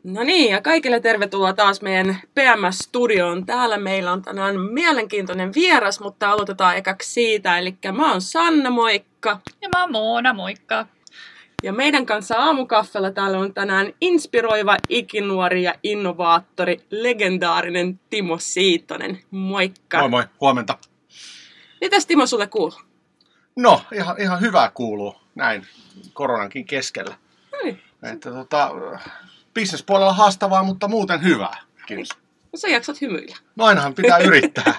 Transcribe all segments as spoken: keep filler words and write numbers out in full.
No niin, ja kaikille tervetuloa taas meidän P M S-studioon. Täällä meillä on tänään mielenkiintoinen vieras, mutta aloitetaan ekaksi siitä. Eli mä oon Sanna, moikka. Ja mä oon Moona, moikka. Ja meidän kanssa aamukaffella täällä on tänään inspiroiva, ikinuori ja innovaattori, legendaarinen Timo Siitonen. Moikka. Moi moi, huomenta. Mitäs Timo sulle kuuluu? No, ihan, ihan hyvää kuuluu näin koronankin keskellä. Noniin. Että tota, bisnespuolella haastavaa, mutta muuten hyvää. Kiitos. No sä jaksat hymyillä. No ainahan pitää yrittää.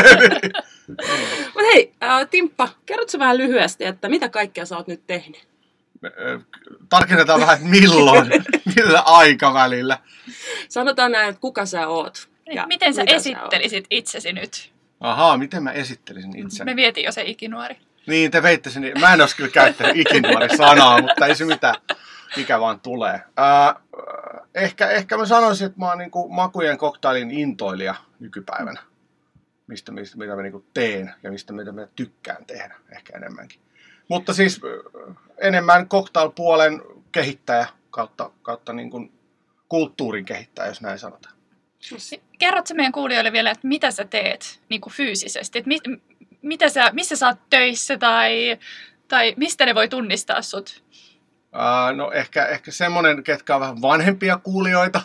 Mutta hei, äh, Timppa, kerrotko vähän lyhyesti, että mitä kaikkea sä oot nyt tehnyt? Tarkennetaan vähän, että milloin, millä aikavälillä. Sanotaan näin, että kuka sä oot. Ja miten sä esittelisit sä itsesi nyt? Ahaa, miten mä esittelisin itseni? Me vietiin jo se ikinuori. Niin, te veitte sen. Mä en olisi kyllä käyttänyt ikinuori-sanaa, mutta ei se mitään. Mikä vaan tulee. Äh, ehkä, ehkä mä sanoisin, että mä oon niinku makujen koktailin intoilija nykypäivänä. Mistä, mistä mitä mä niinku teen ja mistä mitä mä tykkään tehdä ehkä enemmänkin. Mutta siis enemmän cocktail-puolen kehittäjä kautta, kautta niinku kulttuurin kehittäjä, jos näin sanotaan. Kerrotko meidän kuulijoille vielä, että mitä sä teet niin kuin fyysisesti? Että mit, mitä sä, missä sä oot töissä tai, tai mistä ne voi tunnistaa sut? Uh, no ehkä, ehkä semmoinen, ketkä on vähän vanhempia kuulijoita.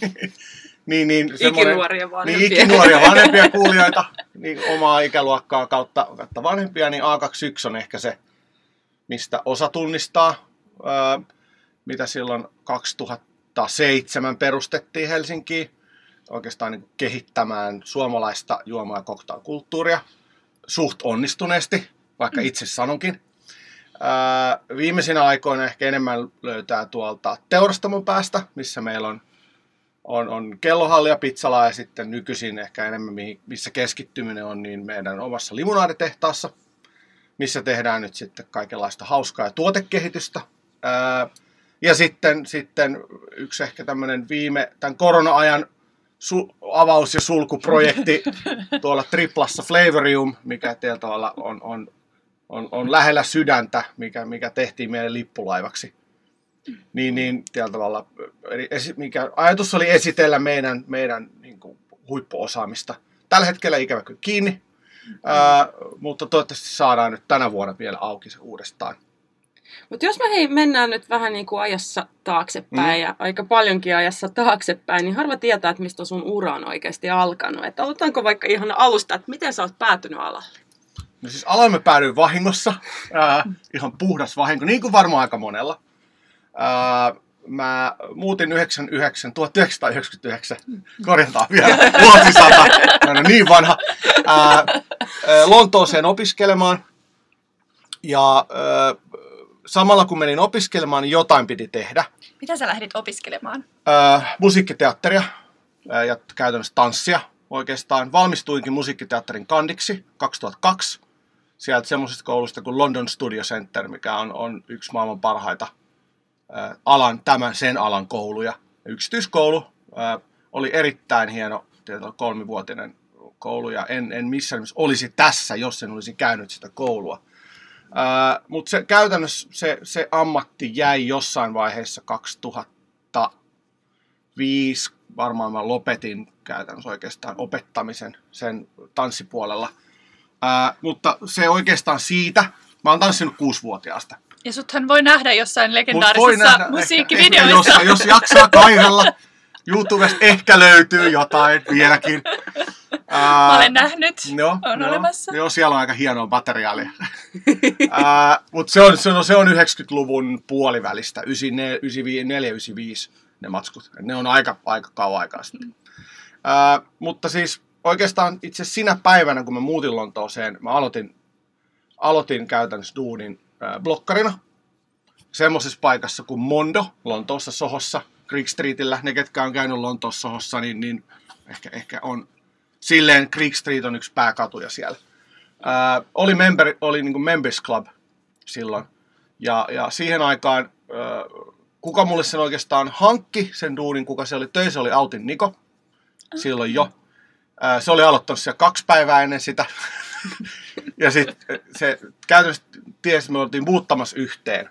niin, niin, ikinuoria vanhempia. Niin, ikinuoria vanhempia kuulijoita. Niin, omaa ikäluokkaa kautta, kautta vanhempia, niin A kaksikymmentäyksi on ehkä se, mistä osa tunnistaa. Uh, mitä silloin kaksituhattaseitsemän perustettiin Helsinkiin. Oikeastaan niin kehittämään suomalaista juoma- ja cocktailkulttuuria. Suht onnistuneesti, vaikka itse sanonkin. Ää, viimeisinä aikoina ehkä enemmän löytää tuolta teurastamon päästä, missä meillä on, on, on kellohalli ja pizzala, ja sitten nykyisin ehkä enemmän, missä keskittyminen on, niin meidän omassa limunaaditehtaassa, missä tehdään nyt sitten kaikenlaista hauskaa ja tuotekehitystä. Ää, ja sitten, sitten yksi ehkä tämmöinen viime, tämän korona-ajan su- avaus- ja sulkuprojekti tuolla Triplassa Flavorium, mikä teillä tavalla on, on On, on lähellä sydäntä, mikä, mikä tehtiin meidän lippulaivaksi. Niin, niin tällä tavalla, mikä ajatus oli esitellä meidän, meidän niin kuin, huippuosaamista. Tällä hetkellä ikävä kyllä kiinni, ää, mutta toivottavasti saadaan nyt tänä vuonna vielä auki se uudestaan. Mutta jos me hei, mennään nyt vähän niin kuin ajassa taaksepäin mm. ja aika paljonkin ajassa taaksepäin, niin harva tietää, että mistä sun ura on oikeasti alkanut. Että aloitaanko vaikka ihan alusta, että miten sä oot päätynyt alalle? No siis alalle mä päädyin vahingossa, ää, ihan puhdas vahinko, niin kuin varmaan aika monella. Ää, mä muutin yhdeksänkymmentäyhdeksän, tuhatyhdeksänsataayhdeksänkymmentäyhdeksän, korjataan vielä, vuosisata, mä en niin vanha, ää, Lontooseen opiskelemaan. Ja ää, samalla kun menin opiskelemaan, niin jotain piti tehdä. Mitä sä lähdit opiskelemaan? Ää, musiikkiteatteria ää, ja käytännössä tanssia. Oikeastaan valmistuinkin musiikkiteatterin kandiksi kaksituhattakaksi sieltä semmoisesta koulusta kuin London Studio Center, mikä on, on yksi maailman parhaita ää, alan, tämän sen alan kouluja. Yksityiskoulu ää, oli erittäin hieno kolmivuotinen koulu ja en, en missään nimessä olisi tässä, jos en olisi käynyt sitä koulua. Mutta se, käytännössä se, se ammatti jäi jossain vaiheessa kaksituhattaviisi, varmaan mä lopetin käytännössä oikeastaan opettamisen sen tanssipuolella. Ää, mutta se oikeastaan siitä, mä oon tanssinut kuusivuotiaasta. Ja suthan voi nähdä jossain legendaarisissa nähdä, musiikkivideoissa. Ehkä, ehkä jos, jos jaksaa kaivella, YouTubesta ehkä löytyy jotain vieläkin. Ää, mä olen nähnyt, no, on no, olemassa. Joo, siellä on aika hienoa materiaalia. Mutta se on, se, on, se on yhdeksänkymmentäluvun puolivälistä, yhdeksänkymmentäneljä yhdeksänkymmentäviisi ne matskut. Ne on aika, aika kauan aikaa sitten. Ää, mutta siis oikeastaan itse sinä päivänä, kun mä muutin Lontooseen, mä aloitin, aloitin käytännössä duunin ää, blokkarina. Semmoisessa paikassa kuin Mondo, Lontoossa Sohossa, Creek Streetillä. Ne, ketkä on käynyt Lontoossa Sohossa, niin, niin ehkä, ehkä on silleen, Creek Street on yksi pääkatuja siellä. Ää, oli member, oli niin kuin Members Club silloin. Ja, ja siihen aikaan, ää, kuka mulle sen oikeastaan hankki, sen duunin, kuka se oli töissä, oli Autin Niko. Silloin jo. Ää, se oli aloittanut siellä kaksi päivää ennen sitä. ja sitten se käytännössä tiesi, että me oltiin muuttamassa yhteen.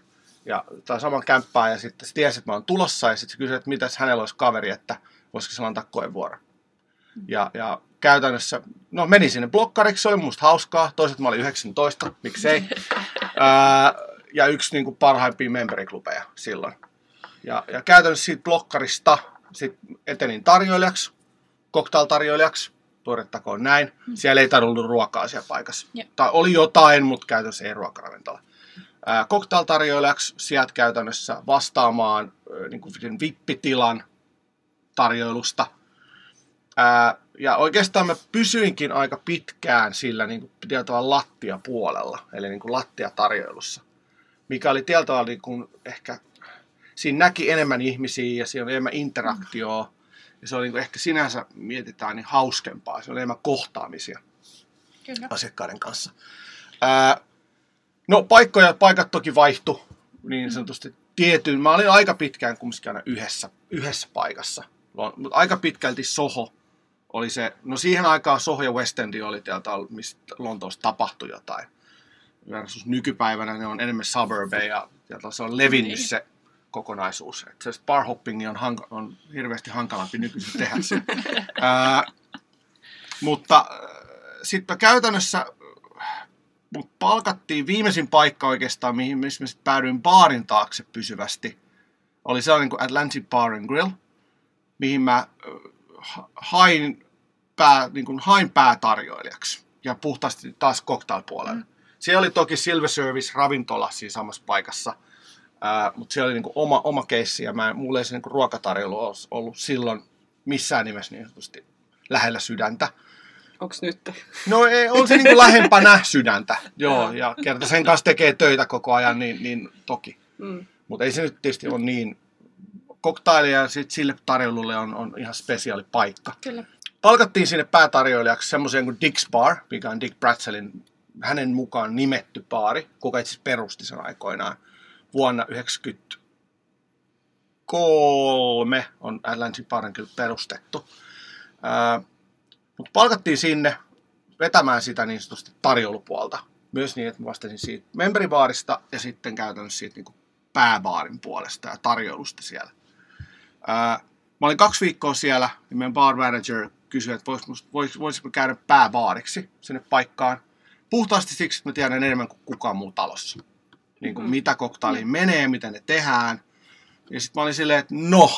ja, tai saman kämppään, ja sitten se tiesi, että mä oon tulossa, ja sitten se kysyi, että mitäs hänellä olisi kaveri, että voisiko se antaa koevuoro. Ja, ja käytännössä, no meni sinne blokkariksi, se oli musta hauskaa, toiset mä olin yhdeksäntoista, miksei. Ää, ja yksi niin kuin parhaimpia memberiklubeja silloin. Ja, ja käytännössä siitä blokkarista sit etenin tarjoilijaksi, cocktail-tarjoilijaksi, tuorettakoon näin. Siellä ei tarvitse ruokaa siellä paikassa. Yeah. Tai oli jotain, mutta käytännössä ei ruokaravintola. Ää, cocktail-tarjoilijaksi sieltä käytännössä vastaamaan niin kuin vippitilan tarjoilusta. Ää, ja oikeastaan mä pysyinkin aika pitkään sillä niin kuin tietyllä lattiapuolella, eli niin kuin lattiatarjoilussa, mikä oli tietyllä tavalla niin kuin ehkä, siinä näki enemmän ihmisiä ja siinä oli enemmän interaktioa, ja se oli niin kuin ehkä sinänsä mietitään niin hauskempaa, se oli enemmän kohtaamisia Kyllä. asiakkaiden kanssa. Ää, no paikkoja, paikat toki vaihtui niin sanotusti tietyn, mä olin aika pitkään kumminkin aina yhdessä, yhdessä paikassa, mutta aika pitkälti Soho oli se, no siihen aikaan Soho ja West End oli täältä, mistä Lontoossa tapahtui jotain. Versus nykypäivänä ne on enemmän suburbeja ja, ja se on levinnyt se kokonaisuus. Et se bar hopping on, hank- on hirveästi hankalampi nykyisin tehdä se. Ää, mutta sitten käytännössä mut palkattiin viimeisin paikka oikeastaan, mihin missä mä sit päädyin baarin taakse pysyvästi. Oli sellainen kuin Atlantic Bar and Grill, mihin mä hain, pää, niin kuin hain päätarjoilijaksi ja puhtaasti taas cocktail-puolella. Mm. Siellä oli toki Silver Service ravintola siinä samassa paikassa, ää, mutta siellä oli niin kuin oma, oma keissi ja mä, mulla ei se niin kuin ruokatarjoilu olisi ollut silloin missään nimessä niin sanotusti lähellä sydäntä. Onks nyt? No ei, on se niin kuin lähempänä sydäntä, joo, ja kerta sen kanssa tekee töitä koko ajan, niin, niin toki. Mm. Mutta ei se nyt tietysti ole niin. Cocktailia ja sit sille tarjoululle on, on ihan spesiaali paikka. Kyllä. Palkattiin sinne päätarjoilijaksi semmoisen kuin Dick's Bar, mikä on Dick Bratzelin hänen mukaan nimetty baari, kuka itse perusti sen aikoinaan. Vuonna yhdeksänkymmentäkolme on Atlantic Bar kyllä perustettu. Ää, mutta palkattiin sinne vetämään sitä niin sanotusti tarjoulupuolta. Myös niin, että mä vastasin siitä memberibaarista ja sitten käytännössä siitä niin kuin pääbaarin puolesta ja tarjoilusta siellä. Ää, mä olin kaksi viikkoa siellä, niin meidän bar manager kysyi, että vois, vois, voisiko käydä pääbaariksi sinne paikkaan. Puhtaasti siksi, että mä tiedän enemmän kuin kukaan muu talossa. Niin kuin mm. mitä koktailiin mm. menee, mitä ne tehdään. Ja sitten mä olin silleen, että no.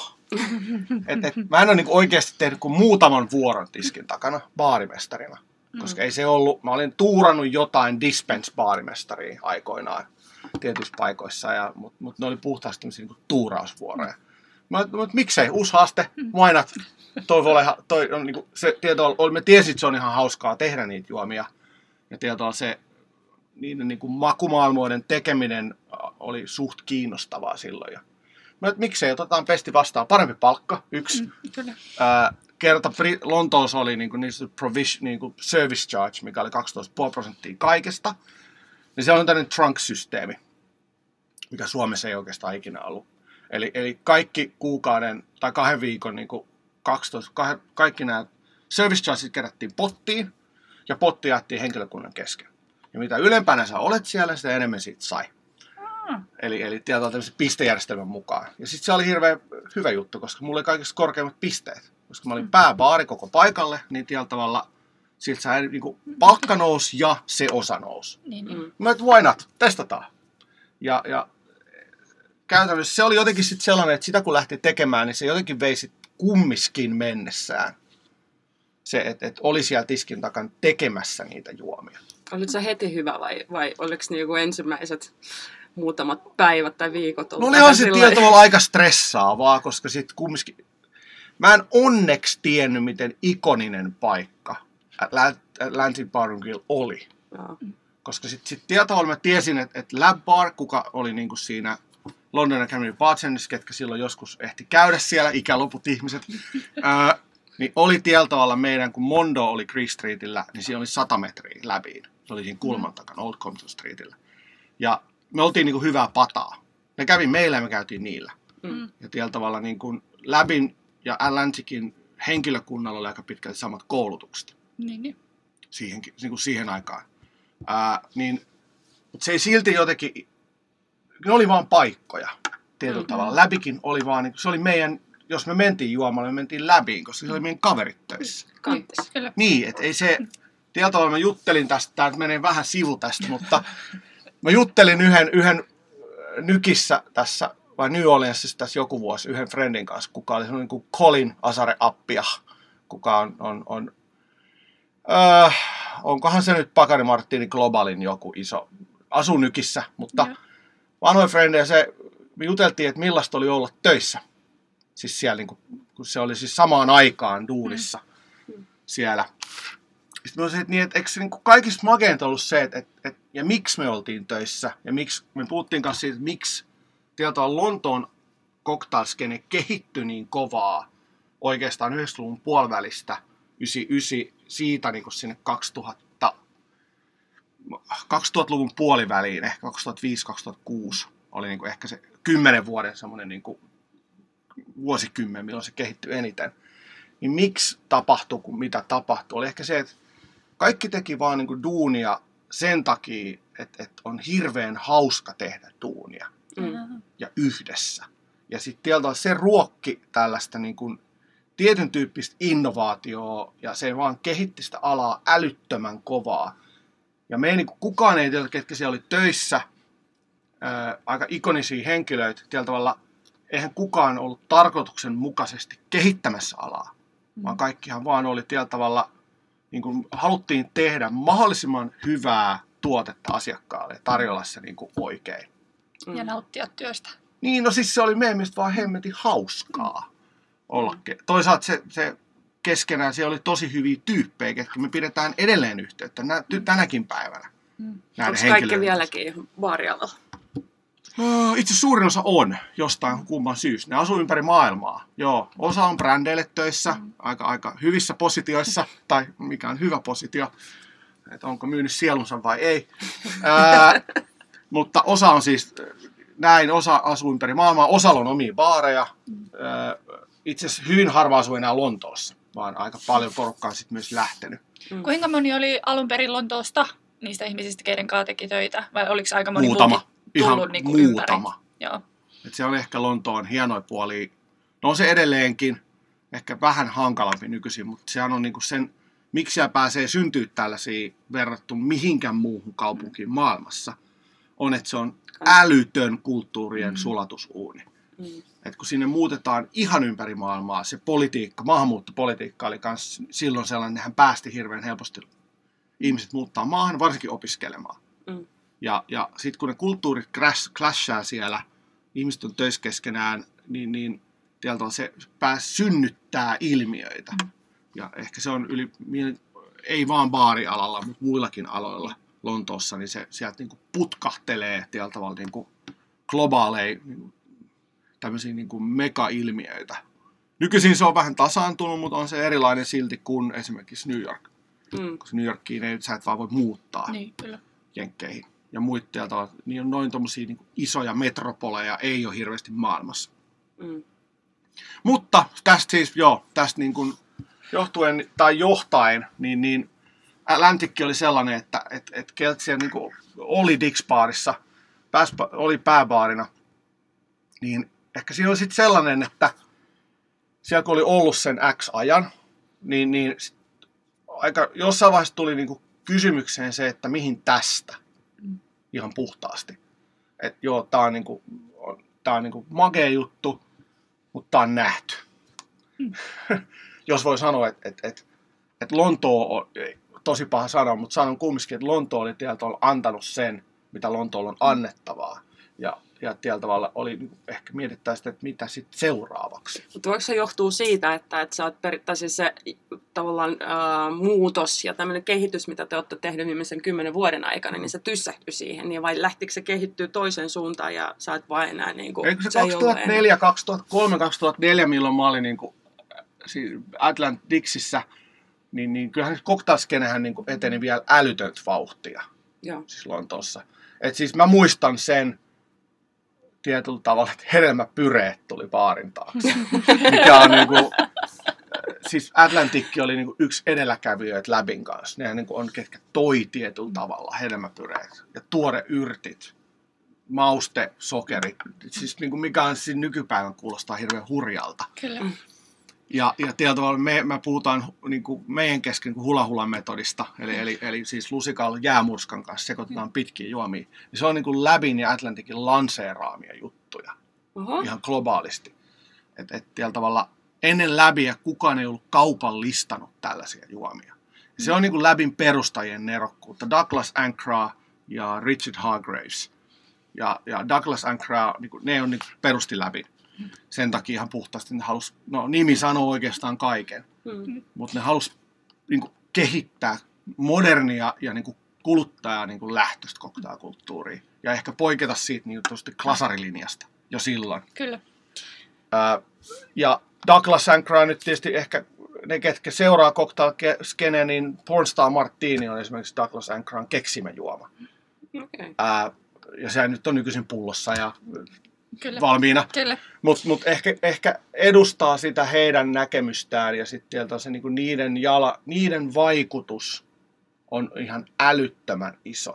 et, et, mä en ole niin kuin oikeasti tehnyt kuin muutaman vuoron tiskin takana baarimestarina. Koska mm. ei se ollut, mä olin tuurannut jotain dispense-baarimestaria aikoinaan tietyissä paikoissa, ja, mutta mut ne oli puhtaasti niin kuin tuurausvuoroja. Mä, mutta miksei, uusi haaste, why not? Toi voi olla, toi on, niin kuin, se, tietoa, me tiesin, että se on ihan hauskaa tehdä niitä juomia. Ja tietoa se niiden niin kuin makumaailmoiden tekeminen oli suht kiinnostavaa silloin. Ja mä että miksei, otetaan pesti vastaan. Parempi palkka, yksi. Mm, kyllä. Ää, kerta Lontoossa oli niin kuin, niin provision, niin kuin service charge, mikä oli kaksitoista pilkku viisi prosenttia kaikesta. Niin se on tämmöinen trunk-systeemi, mikä Suomessa ei oikeastaan ikinä ollut. Eli, eli kaikki kuukauden tai kahden viikon niin kuin kaksitoista, kah, kaikki nämä service chargeit kerättiin pottiin ja potti jaettiin henkilökunnan kesken. Ja mitä ylempänä sä olet siellä, sitä enemmän siitä sai. Mm. Eli, eli tietyllä tämmöisen pistejärjestelmän mukaan. Ja sitten se oli hirveän hyvä juttu, koska mulla oli kaikista korkeimmat pisteet. Koska mä olin mm. pääbaari koko paikalle, niin tietyllä tavalla siltä sai niin kuin palkka nousi ja se osa nousi. Niin, niin. Mä et why not? Testataan. Ja, ja käytännössä se oli jotenkin sit sellainen, että sitä kun lähti tekemään, niin se jotenkin vei sit kummiskin mennessään. Se, että et oli siellä tiskin takana tekemässä niitä juomia. Olitko sä heti hyvä vai, vai oliko ne joku ensimmäiset muutamat päivät tai viikot? No olihan se tietyllä tavalla aika stressaavaa, koska sit kumminkin. Mä en onneksi tiennyt, miten ikoninen paikka Atlantic Bar and Grill oli. Ja. Koska sitten sit tietyllä mä tiesin, että et Lab Bar, kuka oli niinku siinä London Academy Bartenders, ketkä silloin joskus ehti käydä siellä, ikäloput ihmiset, ää, niin oli tietyllä tavalla meidän, kun Mondo oli Greek Streetillä, niin siinä oli sata metriä läpiin. Se oli siinä kulman takana, Old Compton Streetillä. Ja me oltiin niinku hyvää pataa. Ne kävi meillä ja me käytiin niillä. Mm. Ja tietyllä tavalla niinku Labin ja Atlanticin henkilökunnalla oli aika pitkälti samat koulutukset. Niin, niin. Siihen, niin kuin siihen aikaan. Ää, niin, mutta se ei silti jotenkin ne oli vaan paikkoja tietyllä Mm. tavalla. Läbikin oli vaan, niin, se oli meidän, jos me mentiin juomalle, me mentiin läbiin, koska se oli meidän kaverit töissä. Kantis. Kyllä. Niin, että ei se, tietyllä tavalla mä juttelin tästä, tämä menee vähän sivu tästä, mutta mä juttelin yhden, yhden Nykissä tässä, vai New Orleansissa tässä joku vuosi, yhden friendin kanssa, kuka oli sellainen kuin Colin Asare-appia, kuka on, on, on öö, onkohan se nyt Bacardi Martini Globalin joku iso, asuu Nykissä, mutta Joo. vanhoja frendejä, se, me juteltiin, että millaista oli olla töissä, siis siellä, niin kuin, kun se oli siis samaan aikaan duunissa Mm. siellä. Sitten mä olisin, että, niin, että eikö se niin kuin kaikista makeinta ollut se, että, että, että ja miksi me oltiin töissä, ja miksi, me puhuttiin kanssa siitä, että miksi tietyllä Lontoon cocktailskene kehittyi niin kovaa oikeastaan yhdeksänkymmentäluvun puolivälistä, yhdeksänkymmentäyhdeksän, siitä niin kuin sinne kaksituhatta, kaksituhattaluvun puoliväliin, ehkä kaksituhattaviisi kaksituhattakuusi oli niin kuin ehkä se kymmenen vuoden semmoinen niin kuin vuosikymmen, milloin se kehittyi eniten. Niin miksi tapahtui, kun mitä tapahtui? Oli ehkä se, että kaikki teki vaan niin kuin duunia sen takia, että, että on hirveän hauska tehdä duunia Mm. ja yhdessä. Ja sitten se ruokki tällaista niin kuin tietyn tyyppistä innovaatioa ja se vaan kehitti sitä alaa älyttömän kovaa. Ja me ei niin kuin, kukaan ei tiedä, ketkä siellä oli töissä, ää, aika ikonisia henkilöitä, tietyllä tavalla eihän kukaan ollut tarkoituksenmukaisesti kehittämässä alaa, mm. vaan kaikkihan vaan oli tietyllä tavalla, niin kuin haluttiin tehdä mahdollisimman hyvää tuotetta asiakkaalle ja tarjolla se niin kuin oikein. Mm. Ja nauttia työstä. Niin, no siis se oli meidän mielestä vaan hemmetin hauskaa olla. Toisaalta se, se keskenään siellä oli tosi hyviä tyyppejä, ketkä me pidetään edelleen yhteyttä nä, tänäkin päivänä. Mm. Onko kaikki vieläkin baarialalla? Itse asiassa suurin osa on jostain kumman syystä. Ne asuu ympäri maailmaa. Joo, osa on brändeille töissä, mm. aika, aika hyvissä positioissa, tai mikä on hyvä positio, että onko myynyt sielunsa vai ei. Ää, mutta osa on siis näin, osa asuu ympäri maailmaa, osalla on omia baareja. Mm. Ää, itse asiassa hyvin harva asuu enää Lontoossa, vaan aika paljon porukkaa on sitten myös lähtenyt. Mm. Kuinka moni oli alun perin Lontoosta niistä ihmisistä, keiden kanssa teki töitä? Vai oliko aika moni Muutama. muukin tullut Ihan niin kuin ympäri? muutama. Joo. Et se on ehkä Lontoon hienoin puoli. No on se edelleenkin ehkä vähän hankalampi nykyisin, mutta sehän on niinku sen, miksi siellä pääsee syntyä tällaisia verrattu mihinkään muuhun kaupunkiin maailmassa, on, että se on älytön kulttuurien mm. sulatusuuni. Mm. Et kun sinne muutetaan ihan ympäri maailmaa, se politiikka, maahanmuuttopolitiikka oli myös silloin sellainen, nehän päästi hirveän helposti ihmiset muuttaa maahan, varsinkin opiskelemaan. Mm. Ja, ja sitten kun ne kulttuurit crash, clashaa siellä, ihmiset on töissä keskenään, niin, niin se pääs synnyttää ilmiöitä. Mm. Ja ehkä se on yli, ei vaan baarialalla, mutta muillakin aloilla Lontoossa, niin se sieltä niin kuin putkahtelee tietyllä tavalla niin kuin globaaleja niin tämmöisiä niin kuin mega-ilmiöitä. Nykyisin se on vähän tasaantunut, mutta on se erilainen silti kuin esimerkiksi New York. Mm. Koska New Yorkiin ei, sä et vaan voi muuttaa niin, kyllä. jenkkeihin. Ja muita niin on noin tommosia niin kuin isoja metropoleja ei ole hirveästi maailmassa. Mm. Mutta tästä siis, joo, tästä niin kuin johtuen tai johtain, niin, niin Atlantikki oli sellainen, että et, et Keltsiä niin kuin oli Dick's-baarissa, oli pääbaarina, niin ehkä siinä oli sitten sellainen, että siellä kun oli ollut sen X-ajan, niin, niin aika jossain vaiheessa tuli niin kuin kysymykseen se, että mihin tästä, mm. ihan puhtaasti. Että joo, tää on, niin kuin, tää on niin kuin makea juttu, mutta tää on nähty. Mm. Jos voi sanoa, että et, et, et Lontoo on, tosi paha sanoa, mutta sanon kumminkin, että Lontoo oli tieltä antanut sen, mitä Lontoolla on annettavaa. Ja, ja tiellä tavalla oli ehkä mietittäisiin, että mitä sitten seuraavaksi. Mutta voiko se johtuu siitä, että, että sä oot periaatteessa se tavallaan ää, muutos ja tämmöinen kehitys, mitä te olette tehneet viimeisen kymmenen vuoden aikana, niin se tyssähtyi siihen, niin vai lähtikö se kehittyä toiseen suuntaan ja sä et vaan enää niin kuin... Eikö se, se kaksituhattaneljä, kaksituhattakolme, kaksituhattaneljä, milloin mä olin niin kuin, Atlantixissä, niin, niin kyllähän cocktailskenehän niin kuin eteni vielä älytöntä vauhtia. Joo. Siis Lontoossa. Et siis mä muistan sen tietyllä tavalla, että hedelmäpyreet tuli baarin taakse. Mikä on niinku, siis Atlantikki oli niinku yksi edelläkävijöitä Läbin kanssa. Nehän niinku on ketkä toi tietyllä tavalla hedelmäpyreet ja tuore yrtit. mauste, sokeri, siis niin kuin mikä on siis nykypäivän kuulostaa hirveän hurjalta. Kyllä. Ja, ja tietyllä tavalla me, me puhutaan niin kuin meidän kesken niin hula-hula-metodista, eli, eli, eli siis lusikalla jäämurskan kanssa sekoitetaan pitkiä juomia. Ja se on niin kuin Labin ja Atlanticin lanseeraamia juttuja, uh-huh. ihan globaalisti. Et, et tietyllä tavalla ennen Labia kukaan ei ollut kaupallistanut tällaisia juomia. Ja se on niin kuin Labin perustajien nerokkuutta. Douglas Ancra ja Richard Hargraves. Ja, ja Douglas Ancra, niin kuin, ne on niin kuin perusti Labin. Sen takia ihan puhtaasti ne halus, no nimi sanoo oikeastaan kaiken, mm. mutta ne halus niin kuin, kehittää modernia ja niin kuin, kuluttajaa niin kuin, lähtöistä cocktailkulttuuria. Ja ehkä poiketa siitä niin kuin, klasarilinjasta jo silloin. Kyllä. Ää, ja Douglas Ancra nyt tietysti ehkä ne, ketkä seuraa cocktail-skeneä, niin Pornstar Martini on esimerkiksi Douglas Ancran keksimä juoma. Okay. Ää, ja se nyt on nykyisin pullossa ja Kyllä. valmiina. Mutta mut ehkä, ehkä edustaa sitä heidän näkemystään ja sitten se niinku niiden, jala, niiden vaikutus on ihan älyttömän iso.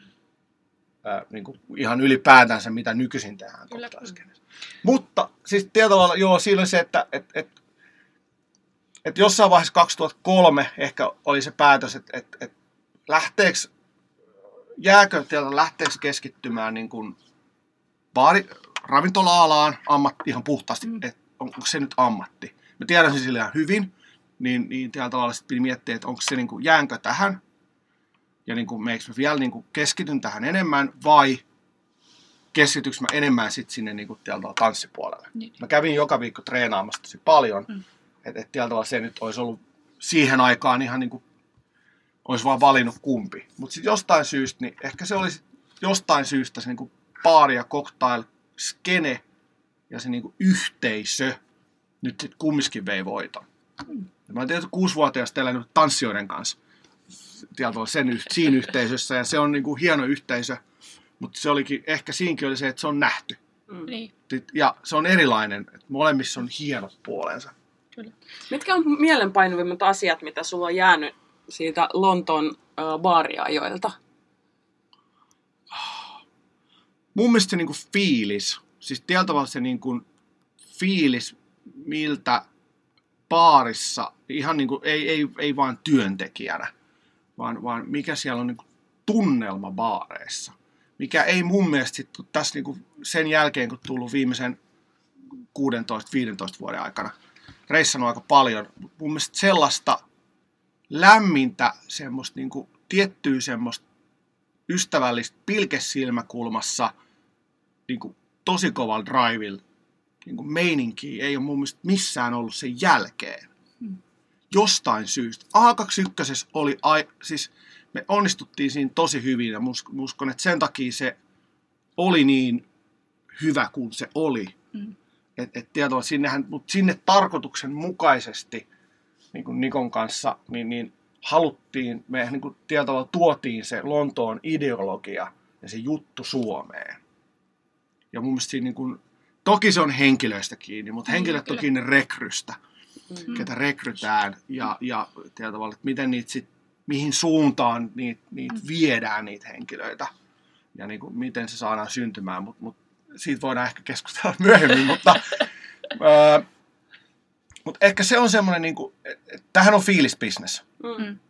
Ää, niinku ihan ylipäätään se, mitä nykyisin tehdään. Mutta siis tietyllä joo, siinä se, että et, et, et jossain vaiheessa kaksituhattakolme ehkä oli se päätös, että et, et lähteekö, jääkö tietyllä, lähteekö keskittymään niin kuin baari, ravintola-alaan ammatti ihan puhtaasti, mm. että onko se nyt ammatti. Mä tiedän sen sillä ihan hyvin, niin, niin tällä tavalla sitten piti miettiä, että onko se niin kuin, jäänkö tähän, ja niin kuin, meikö mä vielä niin kuin, keskityn tähän enemmän, vai keskityks mä enemmän sitten sinne niin kuin, tällä tavalla tanssipuolelle. Niin. Mä kävin joka viikko treenaamassa tosi paljon, mm. että et, tällä tavalla se nyt olisi ollut siihen aikaan ihan niin kuin, olisi vaan valinnut kumpi. Mutta sitten jostain syystä, niin ehkä se olisi jostain syystä se niin kuin, baari ja cocktail skene ja se niinku yhteisö nyt sit kumminkin vei voiton. Mm. Mä olen tietysti kuusivuotiaasta elänyt tanssijoiden kanssa sen, siinä yhteisössä ja se on niinku hieno yhteisö, mutta se olikin, ehkä siinkin oli se, että se on nähty. Mm. Ja se on erilainen, että molemmissa on hienot puolensa. Kyllä. Mitkä on mielenpainuvimmat asiat, mitä sulla on jäänyt siitä Lontoon äh, baariajoilta? Mun mielestä se niinku fiilis, siis tietyllä tavalla se niinku fiilis, miltä baarissa, ihan niinku, ei, ei, ei vaan työntekijänä, vaan, vaan mikä siellä on niinku tunnelma baareissa. Mikä ei mun mielestä sit, tässä niinku sen jälkeen, kun tullut viimeisen kuusitoista viisitoista vuoden aikana, reissannut aika paljon, mun mielestä sellaista lämmintä, semmoista niinku, tiettyä semmoista ystävällistä pilkesilmäkulmassa niin kuin, tosi kovalla drivilla niin meininkiä ei ole mun mielestä missään ollut sen jälkeen. Hmm. Jostain syystä. A kaksikymmentäyksi oli, ai, siis me onnistuttiin siinä tosi hyvin ja uskon, että sen takia se oli niin hyvä kuin se oli. Hmm. Et, et tietoa, sinnehän, mutta sinne tarkoituksen mukaisesti niin kuin Nikon kanssa, niin, niin haluttiin, me niin kuin tietyllä tuotiin se Lontoon ideologia ja se juttu Suomeen. Ja mun mielestä siinä niin kuin, toki se on henkilöistä kiinni, mutta henkilöt on kiinni rekrystä, mm-hmm. ketä rekrytään ja, ja tietyllä, että miten niitä sit, mihin suuntaan niitä, niitä viedään niitä henkilöitä ja niin kuin, miten se saadaan syntymään, mutta mut, siitä voidaan ehkä keskustella myöhemmin, mutta ää, Mutta ehkä se on semmoinen, niin kuin, että tämähän on fiilisbisnes. Mm.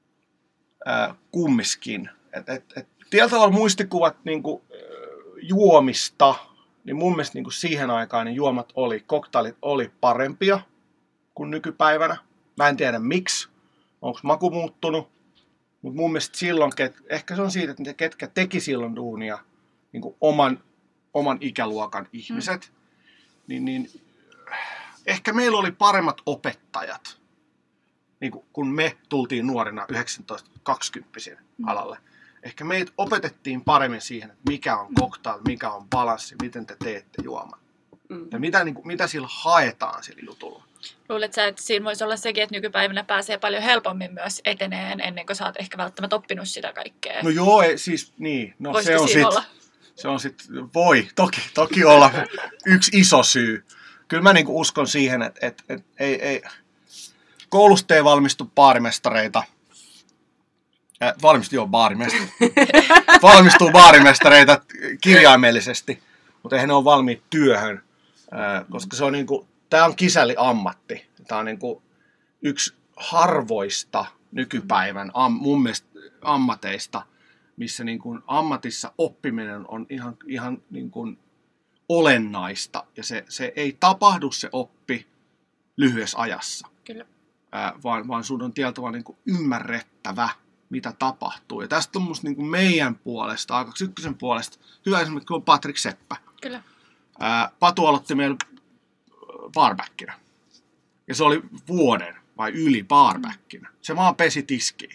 Äh, kummiskin. Et, et, et, tietyllä tavalla muistikuvat niin kuin, juomista, niin mun mielestä niin kuin siihen aikaan niin juomat oli, cocktailit oli parempia kuin nykypäivänä. Mä en tiedä miksi, onko maku muuttunut, mutta mun mielestä silloin, ket, ehkä se on siitä, että ne ketkä teki silloin duunia, niin kuin oman, oman ikäluokan ihmiset, mm. niin, niin ehkä meillä oli paremmat opettajat, niin kun me tultiin nuorina yhdeksäntoista kaksikymmentä alalle. Ehkä meitä opetettiin paremmin siihen, että mikä on cocktail, mikä on balanssi, miten te teette juoman. Mm. Ja mitä, niin kuin, mitä sillä haetaan sillä jutulla. Luuletko sä, että siinä voisi olla sekin, että nykypäivänä pääsee paljon helpommin myös eteneen ennen kuin sä oot ehkä välttämättä oppinut sitä kaikkea? No joo, siis niin. No, Voisiko se on siinä sit, olla? Se on sit, voi toki, toki olla yksi iso syy. Kyllä mä niinku uskon siihen, että et, et, ei, ei, koulusta ei valmistu baarimestareita. Äh, valmistuu, joo, baarimestareita. Valmistuu baarimestareita kirjaimellisesti, mutta eihän ne ole valmiit työhön, ää, koska se on niinku, tää on kisälliammatti. Tää on niinku yksi harvoista nykypäivän am, mun mielestä ammateista, missä niinku ammatissa oppiminen on ihan, ihan niinku olennaista ja se, se ei tapahdu se oppi lyhyessä ajassa, Kyllä. ää, vaan, vaan sun on tietyllä niin kuin ymmärrettävä, mitä tapahtuu. Ja tästä on musta niin kuin meidän puolesta, A kaksikymmentäyksi puolesta, hyvä esimerkiksi on Patrik Seppä. Kyllä. Ää, Patu aloitti meillä barbackinä. Ja se oli vuoden vai yli barbackinä. Se vaan pesi tiskiä.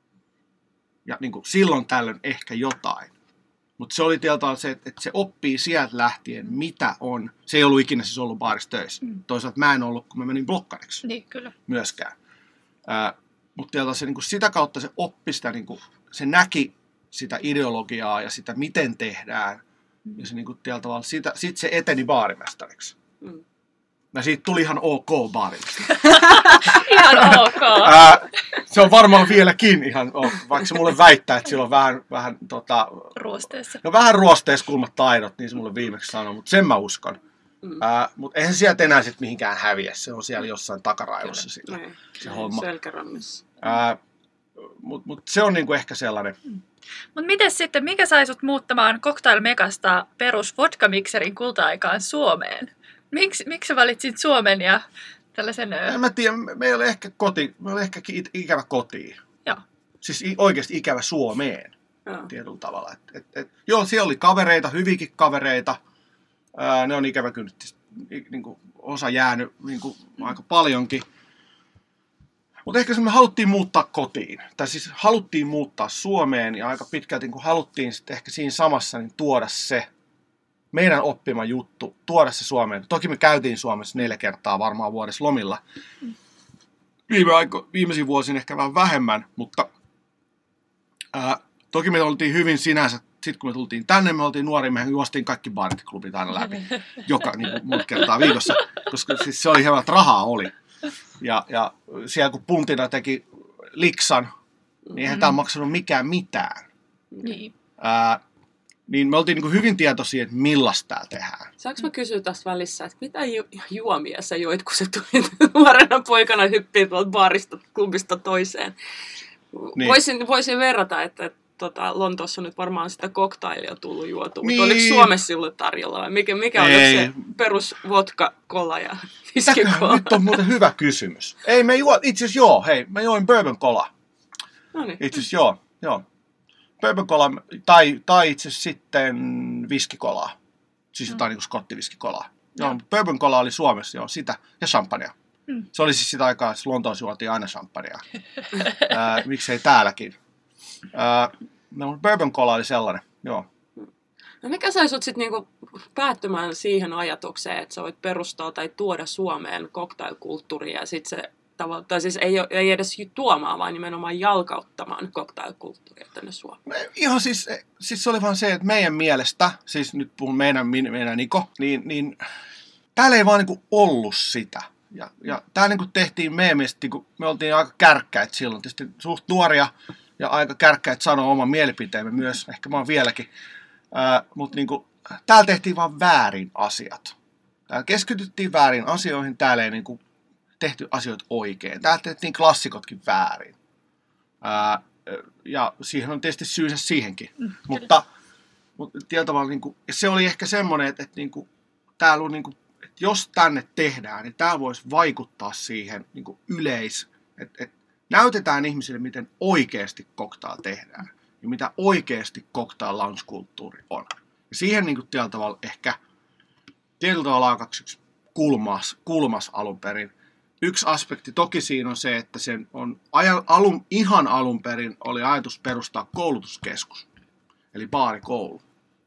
Ja niin kuin silloin tällöin ehkä jotain. Mutta se oli tietyllä se, että se oppii sieltä lähtien, mitä on. Se ei ollut ikinä siis ollut baarissa töissä. Mm. Toisaalta mä en ollut, kun mä menin blokkariksi Niin, kyllä. myöskään. Ää, mutta tietyllä se, niin kuin sitä kautta se oppi sitä, niin kuin, se näki sitä ideologiaa ja sitä, miten tehdään. Mm. Ja se niin kuin, tietyllä sitä, sit se eteni baarimestariksi. Mm. Ja siitä tuli ihan ok baarimestari. Ihan ok. Ää, se on varmaan vieläkin ihan ok, vaikka se mulle väittää, että sillä on vähän, vähän, tota, Ruosteessa. no vähän ruosteiskulmat taidot, niin se mulle viimeksi sanoi, mutta sen mä uskon. Mm. Ää, mutta eihän sieltä enää sit mihinkään häviä, se on siellä jossain takaraivossa sillä, Niin, se homma. Selkärannassa. Mutta mut se on niinku ehkä sellainen. Mm. Mutta miten sitten, mikä sai sut muuttamaan Cocktail Megasta perus vodka-mikserin kulta-aikaan Suomeen? Miksi, miksi sä valitsit Suomen ja tällaisen... En mä tiedä, meillä oli ehkä koti, meillä oli ehkä ikävä kotiin. Joo. Siis oikeasti ikävä Suomeen. Joo. Tietyllä tavalla. Et, et, et, joo, siellä oli kavereita, hyvinkin kavereita. Ää, ne on ikävä kyllä niin kuin, osa jäänyt niin kuin, mm. aika paljonkin. Mutta ehkä me haluttiin muuttaa kotiin. Tai siis haluttiin muuttaa Suomeen ja aika pitkälti niin haluttiin sitten ehkä siinä samassa niin tuoda se meidän oppima juttu, tuoda se Suomeen. Toki me käytiin Suomessa neljä kertaa varmaan vuodessa lomilla. Mm. Viime aiko, viimeisin vuosin ehkä vähän vähemmän, mutta ää, toki me oltiin hyvin sinänsä. Sitten kun me tultiin tänne, me oltiin nuoria, me juostiin kaikki baarit-klubit aina läpi. Joka niin kuin, monta kertaa viikossa, koska siis se oli hyvä, että rahaa oli. Ja, ja siellä kun puntina teki liksan, niin eihän mm. täällä maksanut mikään mitään. Niin. Ää, niin me oltiin niin kuin hyvin tietoisia, että millaista täällä tehdään. Saanko mä kysyä tässä välissä, että mitä ju- juomia sä joit, kun sä tulit nuorena poikana hyppiä tuolta baarista, klubista toiseen? Niin. Voisin, voisin verrata, että, että tota, Lontoossa nyt varmaan sitä cocktailia tullut juotua, niin. Mutta oliko Suomessa silloin tarjolla vai mikä, mikä on se perus vodka, cola ja viskikola? Nyt on muuten hyvä kysymys. Ei, me juo, itse asiassa joo, hei, mä join bourbon cola. No niin. Itse asiassa joo, joo. Bourbon cola, tai, tai itse asiassa sitten viskikolaa. Siis jotain mm. niin kuin skottiviskikolaa. Joo, bourbon cola oli Suomessa, joo, sitä, ja champagnea. Mm. Se oli siis sitä aikaa, että Lontoossa juotiin aina champagnea. äh, miksei täälläkin. Äh, no, bourbon cola oli sellainen, joo. No mikä sai sut sitten niinku päättymään siihen ajatukseen, että sä voit perustaa tai tuoda Suomeen cocktailkulttuuria ja sitten se tavallaan, tai siis ei, ei edes tuomaan, vaan nimenomaan jalkauttamaan cocktailkulttuuria tänne Suomeen? Ihan siis, siis se oli vaan se, että meidän mielestä, siis nyt puhun meidän, meidän Niko, niin, niin täällä ei vaan niinku ollut sitä. Ja, ja tää niinku tehtiin meidän mielestä, niinku, me oltiin aika kärkkäitä silloin, tietysti suht nuoria ja aika kärkkäitä sanoa oman mielipiteemme myös, ehkä mä oon vieläkin. Ää, mutta niinku, täällä tehtiin vaan väärin asiat. Täällä keskityttiin väärin asioihin, täällä ei niinku tehty asioita oikein. Täällä tehtiin klassikotkin väärin. Ää, ja siihen on tietysti syysä siihenkin. Mm, mutta mutta tavalla, niinku, se oli ehkä semmoinen, että, että niinku, täällä on, niinku, että jos tänne tehdään, niin täällä voisi vaikuttaa siihen niinku, yleis. Että, että näytetään ihmisille, miten oikeasti cocktail tehdään. Ja mitä oikeasti cocktail lounge-kulttuuri on. Ja siihen niin kuin, tietyllä tavalla ehkä tietyllä tavalla A kaksikymmentäyksi kulmas, kulmas alun perin. Yksi aspekti toki siinä on se, että sen on alun, ihan alun perin oli ajatus perustaa koulutuskeskus. Eli baarikoulu.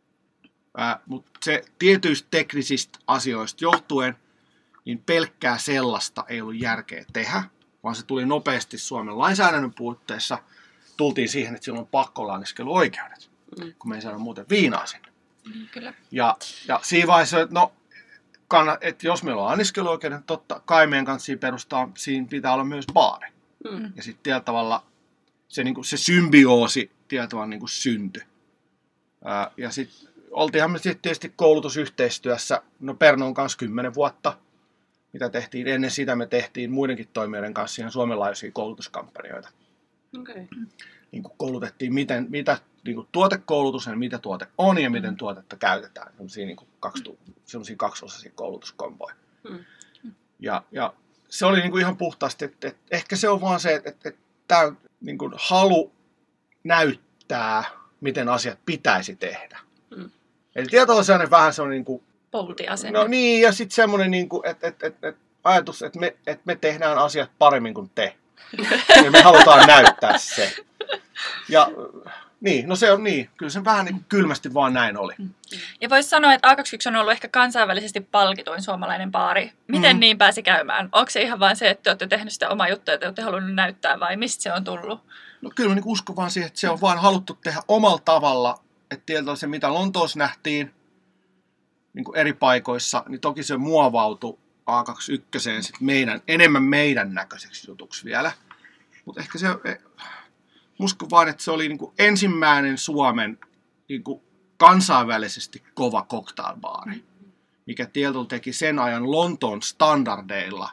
Mutta se tietyistä teknisistä asioista johtuen, niin pelkkää sellaista ei ollut järkeä tehdä, vaan se tuli nopeasti Suomen lainsäädännön puitteissa. Tultiin siihen, että silloin on pakko anniskeluoikeudet, mm. kun me ei saada muuten viinaa sinne. Mm, kyllä. Ja, ja siinä vaiheessa, että, no, kannat, että jos meillä on anniskeluoikeudet, totta kai meidän kanssa siinä perustaa, siinä pitää olla myös baari. Mm. Ja sitten tietyllä tavalla se, niin kuin, se symbioosi tietyllä tavalla niin kuin syntyi. Ää, ja sitten oltiinhan me sitten tietysti koulutusyhteistyössä, no Pernon kanssa kymmenen vuotta, mitä tehtiin. Ennen sitä me tehtiin muidenkin toimijoiden kanssa ihan suomenlaajuisia koulutuskampanjoita. Okay. Niin kuin koulutettiin, miten, mitä niin kuin tuotekoulutus ja mitä tuote on ja miten tuotetta käytetään. Sellaisia, niin kuin kaksi, sellaisia kaksiosaisia koulutuskomboja. Hmm. Ja, ja se oli niin kuin ihan puhtaasti, että, että ehkä se on vaan se, että, että, että tämä niin kuin halu näyttää, miten asiat pitäisi tehdä. Hmm. Eli tieto on sellainen vähän sellainen niin kuin poltiasenne. No niin, ja sitten semmoinen niin kuin, että, että, että, että ajatus, että me, että me tehdään asiat paremmin kuin te. Ja me halutaan näyttää se. Ja niin, no se on niin. Kyllä se vähän niin kuin kylmästi vaan näin oli. Ja voisi sanoa, että A kaksikymmentäyksi on ollut ehkä kansainvälisesti palkituin suomalainen baari. Miten mm. niin pääsi käymään? Onko se ihan vain se, että te olette tehneet sitä omaa juttua ja te olette halunneet näyttää vai mistä se on tullut? No kyllä mä niin uskon vaan siihen, että se on vaan haluttu tehdä omalla tavalla. Että tietysti se, mitä Lontoossa nähtiin niin kuin eri paikoissa, niin toki se muovautui A kaksikymmentäyksi sit meidän, enemmän meidän näköiseksi jutuksi vielä. Mutta ehkä se, uskon vaan, että se oli niin kuin ensimmäinen Suomen niin kuin kansainvälisesti kova cocktailbaari, mikä tietyllä teki sen ajan Lontoon standardeilla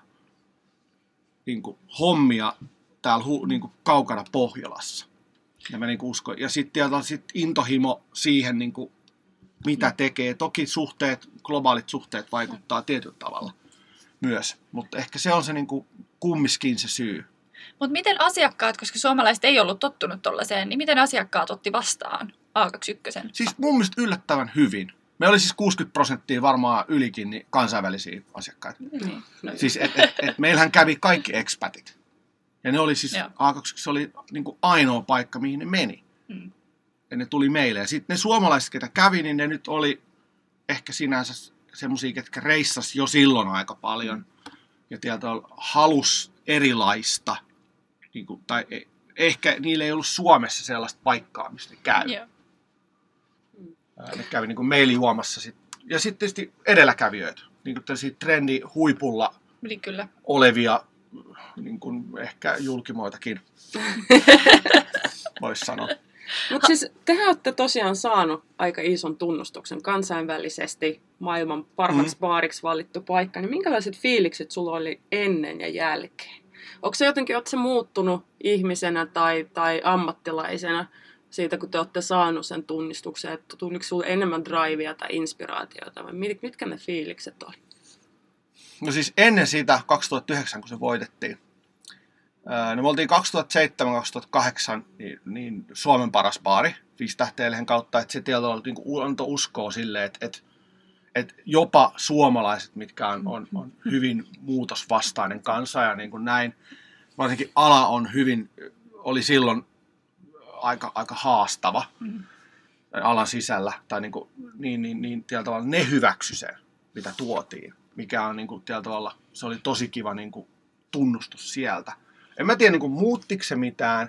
niin kuin hommia täällä niin kuin kaukana Pohjolassa. Ja mä niin kuin uskon. Ja sitten tietyllä sit intohimo siihen, niin kuin, mitä tekee. Toki suhteet, globaalit suhteet vaikuttaa tietyllä tavalla myös, mutta ehkä se on se niin kuin kummiskin se syy. Mutta miten asiakkaat, koska suomalaiset ei ollut tottunut tollaiseen, niin miten asiakkaat otti vastaan A kaksikymmentäyksi? Siis mun mielestä yllättävän hyvin. Me oli siis kuusikymmentä prosenttia varmaan ylikin niin kansainvälisiä asiakkaita. Mm. Siis et, et, et meillähän kävi kaikki expatit. Ja ne oli siis, Joo. A kaksikymmentäyksi oli niin kuin ainoa paikka, mihin ne meni. Mm. Ja ne tuli meille. Ja sitten ne suomalaiset, ketä kävi, niin ne nyt oli ehkä sinänsä semmoisia, ketkä reissasi jo silloin aika paljon. Ja tieltä halus erilaista. Niin kuin, tai ehkä niillä ei ollut Suomessa sellaista paikkaa, mistä ne käy. Yeah. Ne kävi niin kuin meilijuomassa. Sit. Ja sitten tietysti edelläkävijöitä. Niin kuin tällaisia trendihuipulla niin kyllä. olevia, niin kuin ehkä julkimoitakin, voisi sanoa. Mutta siis tehän olette tosiaan saanut aika ison tunnustuksen kansainvälisesti, maailman parhaaksi mm. baariksi valittu paikka. Niin minkälaiset fiilikset sulla oli ennen ja jälkeen? Onko se jotenkin, ootko se muuttunut ihmisenä tai, tai ammattilaisena siitä, kun te olette saanut sen tunnistuksen? Että tunniko sinulle enemmän drivea tai inspiraatiota? Vai mitkä ne fiilikset on? No siis ennen sitä, kaksituhattayhdeksän, kun se voitettiin, no me oltiin kaksituhattaseitsemän kaksituhattakahdeksan niin, niin Suomen paras baari, viisi tähteä lehen kautta, että se tietyllä niin kuin antoi uskoa silleen, että, että, että jopa suomalaiset, mitkä on, on, on hyvin muutosvastainen kansa ja niin kuin näin, varsinkin ala on hyvin, oli silloin aika, aika haastava mm. alan sisällä, tai niin, kuin, niin, niin, niin tietyllä tavalla ne hyväksy sen, mitä tuotiin, mikä on niin kuin, tietyllä tavalla, se oli tosi kiva niin kuin, tunnustus sieltä. En mä tiedä, niin kuin, muuttiko se mitään.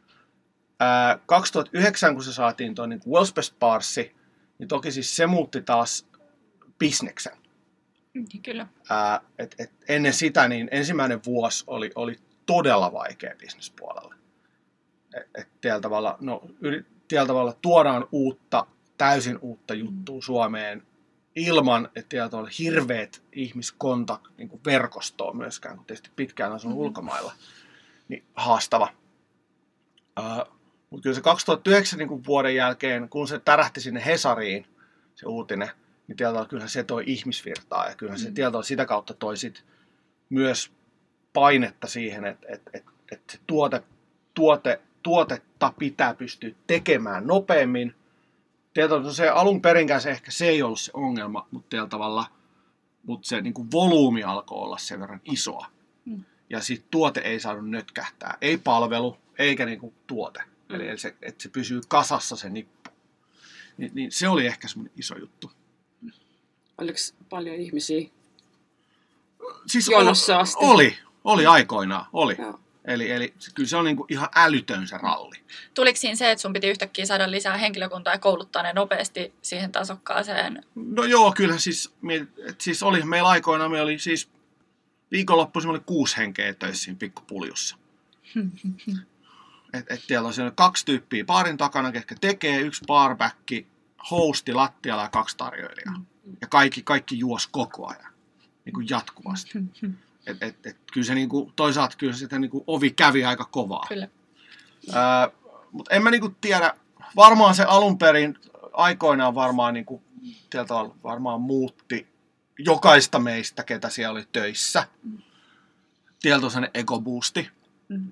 Ää, kaksituhattayhdeksän, kun se saatiin tuon niin World's Best Barsi, niin toki siis se muutti taas bisneksen. Kyllä. Ää, et, et ennen sitä niin ensimmäinen vuosi oli, oli todella vaikea bisnespuolella. Et, et tällä tavalla, no, yli, tällä tavalla tuodaan uutta, täysin uutta juttua mm. Suomeen ilman, että tällä on hirveät ihmiskontaktit niin kuin verkostoa myöskään, kun tietysti pitkään on asunut mm. ulkomailla. Niin haastava. Uh, mutta kyllä se kaksituhattayhdeksän niin vuoden jälkeen, kun se tärähti sinne Hesariin, se uutinen, niin tietyllä kyllä se toi ihmisvirtaa. Ja kyllä se mm. tietyllä sitä kautta toi sit myös painetta siihen, että et, et, et se tuote, tuote, tuotetta pitää pystyä tekemään nopeammin. Tietyllä se alun perinkään se ehkä se ei ollut se ongelma, mutta tietyllä tavalla mutta se niin kuin volyymi alkoi olla sen verran isoa. Mm. Ja sitten tuote ei saanut nötkähtää. Ei palvelu, eikä niinku tuote. Mm. Eli se, että se pysyy kasassa se nippu. Ni, niin se oli ehkä semmoinen iso juttu. Oliko paljon ihmisiä siis jonossa asti? Oli, oli aikoinaan, oli. Joo. Eli, eli kyllä se on niinku ihan älytön se ralli. Tuliko siinä se, että sun piti yhtäkkiä saada lisää henkilökuntaa ja kouluttaa ne nopeasti siihen tasokkaaseen? No joo, kyllähän siis, et siis oli meillä aikoinaan, me oli siis viikonloppuisin oli kuusi henkeä töissä siinä pikkupuljussa. Että et siellä on kaksi tyyppiä baarin takana, ketkä tekee, yksi barbacki, hosti lattialla ja kaksi tarjoilijaa. Mm. Ja kaikki, kaikki juos koko ajan, niin kuin jatkuvasti. Et, et, et, kyllä se niin kuin, toisaalta kyllä sitä niin kuin ovi kävi aika kovaa. Kyllä. Ää, mutta en mä niin kuin tiedä, varmaan se alun perin aikoinaan varmaan, niin kuin, tavalla, varmaan muutti jokaista meistä, ketä siellä oli töissä. Mm. Tieltä on sellainen ego-boosti. Mm.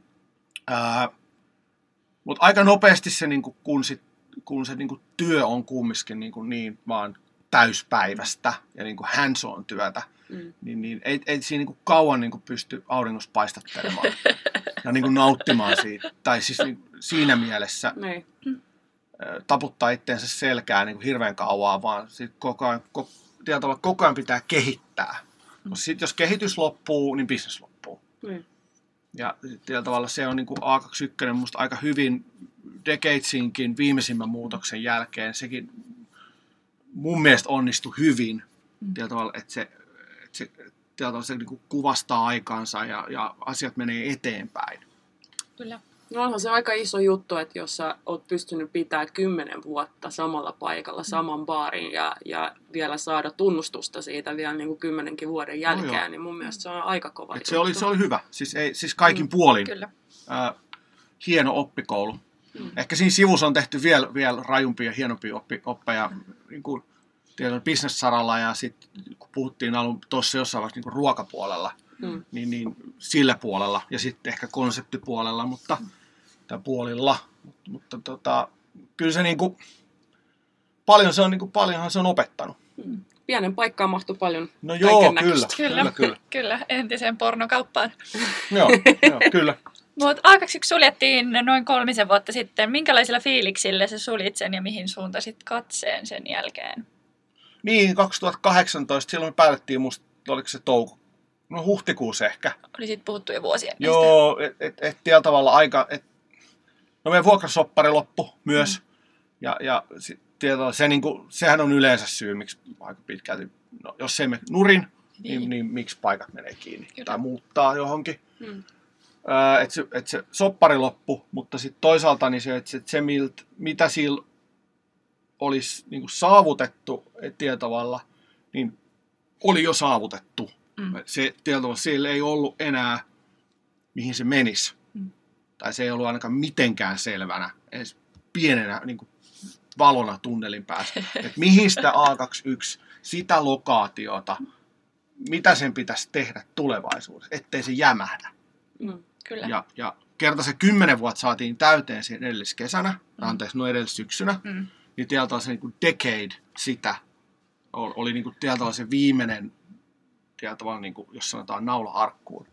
Mutta aika nopeasti se, niin kuin, kun, sit, kun se niin kuin, työ on kumminkin niin, kuin, niin vaan täyspäivästä ja niin kuin hands-on työtä, mm. niin, niin ei, ei siinä niin kuin, kauan niin kuin, pysty auringossa paistattelemaan ja niin kuin, nauttimaan siitä. Tai siis niin, siinä mielessä mm. taputtaa itteensä selkää niin kuin, hirveän kauaa, vaan sit koko ajan, ko, tietyllä, koko ajan pitää kehittää. Mm. Sitten jos kehitys loppuu, niin business loppuu. Mm. Ja tietyllä tavalla se on niin kuin A kaksikymmentäyksi musta aika hyvin Decadesinkin viimeisimmän muutoksen jälkeen. Sekin mun mielestä onnistui hyvin. Mm. Tietyllä tavalla, että se, että se, tietyllä tavalla se niin kuin kuvastaa aikaansa ja, ja asiat menee eteenpäin. Kyllä. No onhan se aika iso juttu, että jos sä oot pystynyt pitämään kymmenen vuotta samalla paikalla, saman baarin ja, ja vielä saada tunnustusta siitä vielä niin kuin kymmenenkin vuoden jälkeen, no niin mun mielestä se on aika kova juttu. Se oli, se oli hyvä, siis, ei, siis kaikin mm. puolin. Kyllä. Äh, hieno oppikoulu. Mm. Ehkä siinä sivussa on tehty vielä, vielä rajumpia ja hienompia oppi, oppeja mm. niin kuin business-saralla ja sitten kun puhuttiin tuossa jossain vaiheessa niin ruokapuolella, mm. niin, niin sillä puolella ja sitten ehkä konseptipuolella, mutta mm. tai puolilla, mutta, mutta tota, kyllä se niinku, paljon se on, niinku, paljonhan se on opettanut. Mm. Pienen paikkaan mahtui paljon. No joo, kyllä, kyllä, kyllä, kyllä. Kyllä, entiseen pornokauppaan. joo, joo, kyllä. Mutta A kaksikymmentäyksi suljettiin noin kolmisen vuotta sitten. Minkälaisilla fiiliksillä sä sulit sen ja mihin suuntasit katseen sen jälkeen? Niin, kaksituhattakahdeksantoista, silloin me päätettiin musta, oliko se touko, no huhtikuussa ehkä. Oli siitä puhuttu jo vuosia. Joo, että et, et, et tavalla aika, et, no meidän vuokrasoppari loppui myös. Mm. Ja, ja sit, tietyllä, se, niin kuin, sehän on yleensä syy, miksi aika pitkälti, no, jos ei me nurin, niin, niin, niin miksi paikat menee kiinni. Kyllä. Tai muuttaa johonkin. Mm. Öö, että se, et se soppari loppui, mutta sitten toisaalta niin se, että se milt, mitä sillä olisi niin kuin saavutettu tietyllä tavalla, niin oli jo saavutettu. Mm. Se tietyllä tavalla siellä ei ollut enää, mihin se menisi. Mm. Tai se ei ollut ainakaan mitenkään selvänä, edes pienenä niin kuin valona tunnelin päässä. Että mihin sitä A kaksikymmentäyksi, sitä lokaatiota, mitä sen pitäisi tehdä tulevaisuudessa, ettei se jämähdä. Mm, kyllä. Ja, ja kerta se kymmenen vuotta saatiin täyteen siinä edelliskesänä, mm. anteeksi, no edellissyksynä, mm. niin tietyllä se niin kuin decade sitä oli, oli niin kuin tietyllä se viimeinen, tietyllä niin kuin, jos sanotaan naula arkkuun.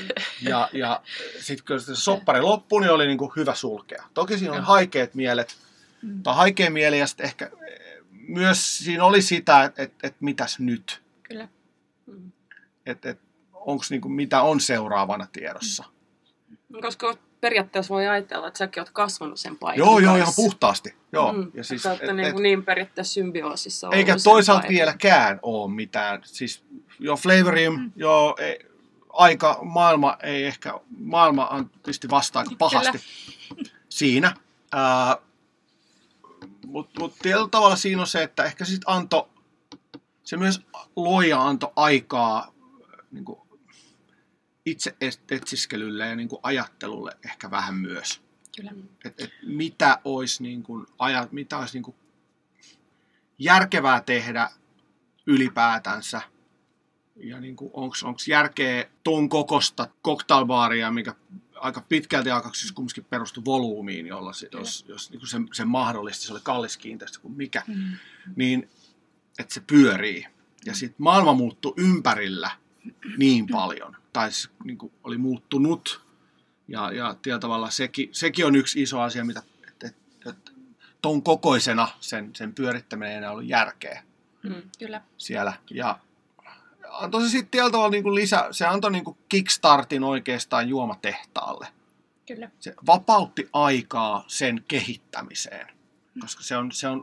ja ja sitten kun se soppari loppui, niin oli niin kuin hyvä sulkea. Toki siinä oli haikeat mielet, mm. tai haikea mieli, ja sitten ehkä myös siinä oli sitä, että et, et mitäs nyt. Kyllä. Mm. Että et, onko niinku, mitä on seuraavana tiedossa. Mm. Koska periaatteessa voi ajatella, että säkin olet kasvanut sen paikan Joo, joo, kanssa. ihan puhtaasti. Joo. Mm. Ja siis, et, niin, et, niin periaatteessa symbioosissa. eikä toisaalta vieläkään ole mitään. Siis jo Flavorium, mm. jo ei, aika, maailma ei ehkä, maailma pisti vastaan pahasti siinä. Ää, Mutta mut tietyllä tavalla siinä on se, että ehkä se sitten antoi, se myös loi ja antoi aikaa niin kuin itse etsiskelylle ja niin kuin ajattelulle ehkä vähän myös. Kyllä. Et, et mitä olisi, niin kuin, aja, mitä olisi niin kuin järkevää tehdä ylipäätänsä. Ja niin onko järkeä ton kokosta cocktailbaaria, mikä aika pitkälti aikaksi kumminkin perustui volyymiin, jolla se, jos, jos niin se, se mahdollisesti, se oli kallis kiinteistö kuin mikä, mm. niin että se pyörii. Ja sitten maailma muuttui ympärillä niin paljon, tai se niin kuin oli muuttunut. Ja, ja tietyllä tavalla sekin, sekin on yksi iso asia, mitä että, että, että ton kokoisena sen, sen pyörittäminen ei enää ollut järkeä mm, kyllä. siellä. Ja antoi se sitten tietyllä tavalla niin kuin lisä, se antoi niin kuin kickstartin oikeastaan juomatehtaalle. Kyllä. Se vapautti aikaa sen kehittämiseen, koska se on, se on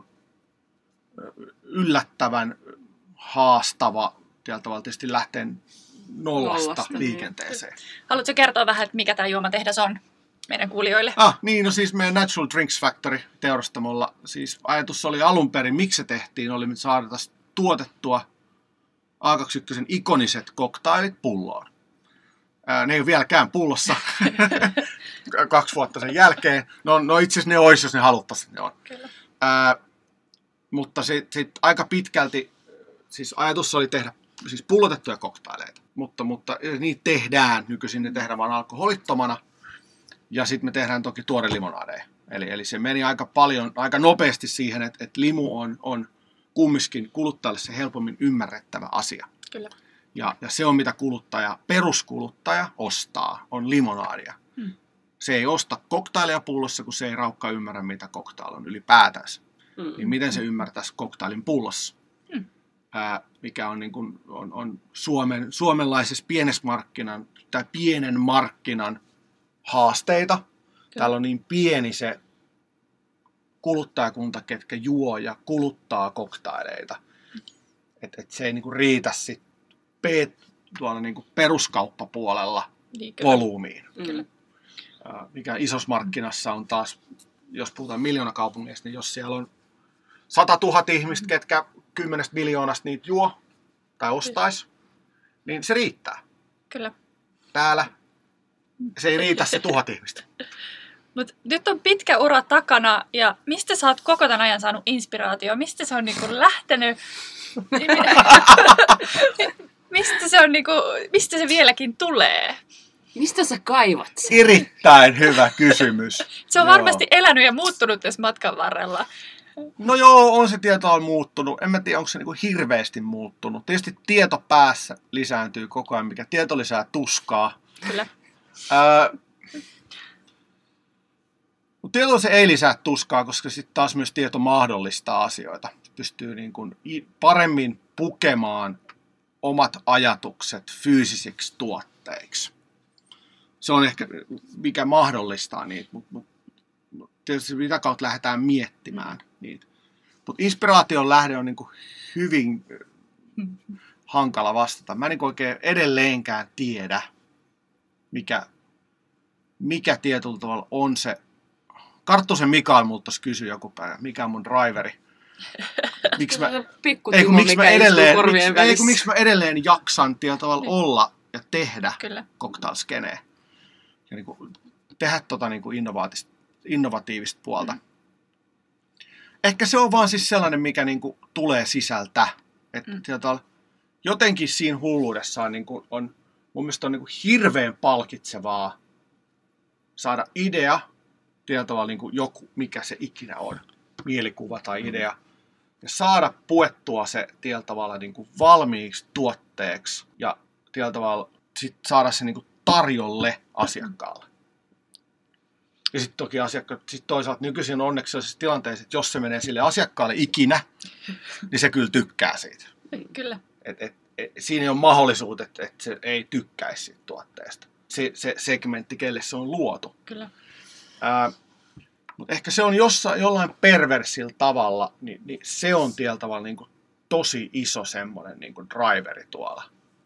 yllättävän haastava tietyllä tavalla tietysti lähteen nollasta, nollasta liikenteeseen. Niin. Haluatko kertoa vähän, että mikä tämä juomatehdas on? meidän kuulijoille? Ah, niin, no siis meidän Natural Drinks Factory teurastamolla. Siis ajatus oli alun perin, miksi se tehtiin, oli nyt saada tuotettua A kaksikymmentäyksi ikoniset koktailit pulloon. Ää, ne ei ole vieläkään pullossa kaksi vuotta sen jälkeen. No, no itse asiassa ne olisi, jos ne haluttaisiin, ne on. Kyllä. Ää, mutta sitten sit aika pitkälti, siis ajatus oli tehdä siis pullotettuja koktaileita, mutta, mutta niitä tehdään nykyisin, ne tehdään vain alkoholittomana. Ja sitten me tehdään toki tuore limonaadeja. Eli, eli se meni aika paljon, aika nopeasti siihen, että, että limu on, on kumminkin kuluttajalle se helpommin ymmärrettävä asia. Kyllä. Ja, ja se on mitä kuluttaja, peruskuluttaja ostaa, on limonaadia. Hmm. Se ei osta koktailia pullossa, kun se ei raukka ymmärrä, mitä koktail on ylipäätänsä. Hmm. Niin miten se ymmärtäisi koktailin pullossa? Hmm. Ää, mikä on, niin kuin, on, on Suomen, suomenlaisessa pienessä markkinan, tai pienen markkinan haasteita. Kyllä. Täällä on niin pieni se kuluttajakunta, ketkä juo ja kuluttaa koktaileita. Että et se ei niinku riitä sit P- tuolla niinku peruskauppapuolella niin, volyymiin. Kyllä. Mikä isossa markkinassa on taas, jos puhutaan miljoonakaupungeista, niin jos siellä on sata tuhatta ihmistä, ketkä kymmenestä miljoonasta niitä juo tai ostaisi, niin se riittää. Kyllä. Täällä se ei riitä se tuhat ihmistä. Mut nyt on pitkä ura takana, ja mistä sä oot koko tämän ajan saanut inspiraatio? Mistä se on niinku lähtenyt? mistä, se on niinku, mistä se vieläkin tulee? Mistä sä kaivat sen? Erittäin hyvä kysymys. Se on joo. varmasti elänyt ja muuttunut tässä matkan varrella. No joo, on se tieto on muuttunut. En mä tiedä, onko se niinku hirveästi muuttunut. Tietysti tieto päässä lisääntyy koko ajan, mikä tieto lisää tuskaa. Kyllä. Öö, mutta tieto se ei lisää tuskaa, koska sitten taas myös tieto mahdollistaa asioita. Pystyy niin kuin paremmin pukemaan omat ajatukset fyysisiksi tuotteiksi. Se on ehkä mikä mahdollistaa niitä, mutta mut, tietysti mitä kautta lähdetään miettimään niitä. Mutta inspiraation lähde on niin kuin hyvin hankala vastata. Mä en niin kuin oikein edelleenkään tiedä, mikä, mikä tietyllä tavalla on se. Karttusen Mikael multa kysyy joku päivä, mikä on mun driveri. Miksi mä, ei, kun, miksi, mä edelleen, miksi, ei, kun, miksi mä edelleen jaksan tietyllä tavalla niin. olla ja tehdä cocktailskeneen. Ja niin kuin, tehdä tota niin kuin innovatiivista puolta. Mm. Ehkä se on vaan siis sellainen, mikä niin kuin tulee sisältä. Että mm. jotenkin siinä hulluudessaan niin kuin on, mun mielestä on niin kuin hirveän palkitsevaa saada idea, tietyllä tavalla niin kuin joku, mikä se ikinä on, mielikuva tai idea, ja saada puettua se tietyllä tavalla niin kuin valmiiksi tuotteeksi ja tietyllä tavalla sit saada se niin kuin tarjolle asiakkaalle. Ja sitten toki asiakkaat, sit toisaalta nykyisin on onneksi sellaisessa tilanteessa, että jos se menee sille asiakkaalle ikinä, niin se kyllä tykkää siitä. Kyllä. Et, et, et, siinä ei ole mahdollisuutta, että et se ei tykkäisi siitä tuotteesta. Se, se segmentti, kelle se on luotu. Kyllä. Ää, mutta ehkä se on jossain, jollain perversillä tavalla, niin, niin se on tietyllä tavalla niin kuin tosi iso semmoinen niin kuin driveri tuolla.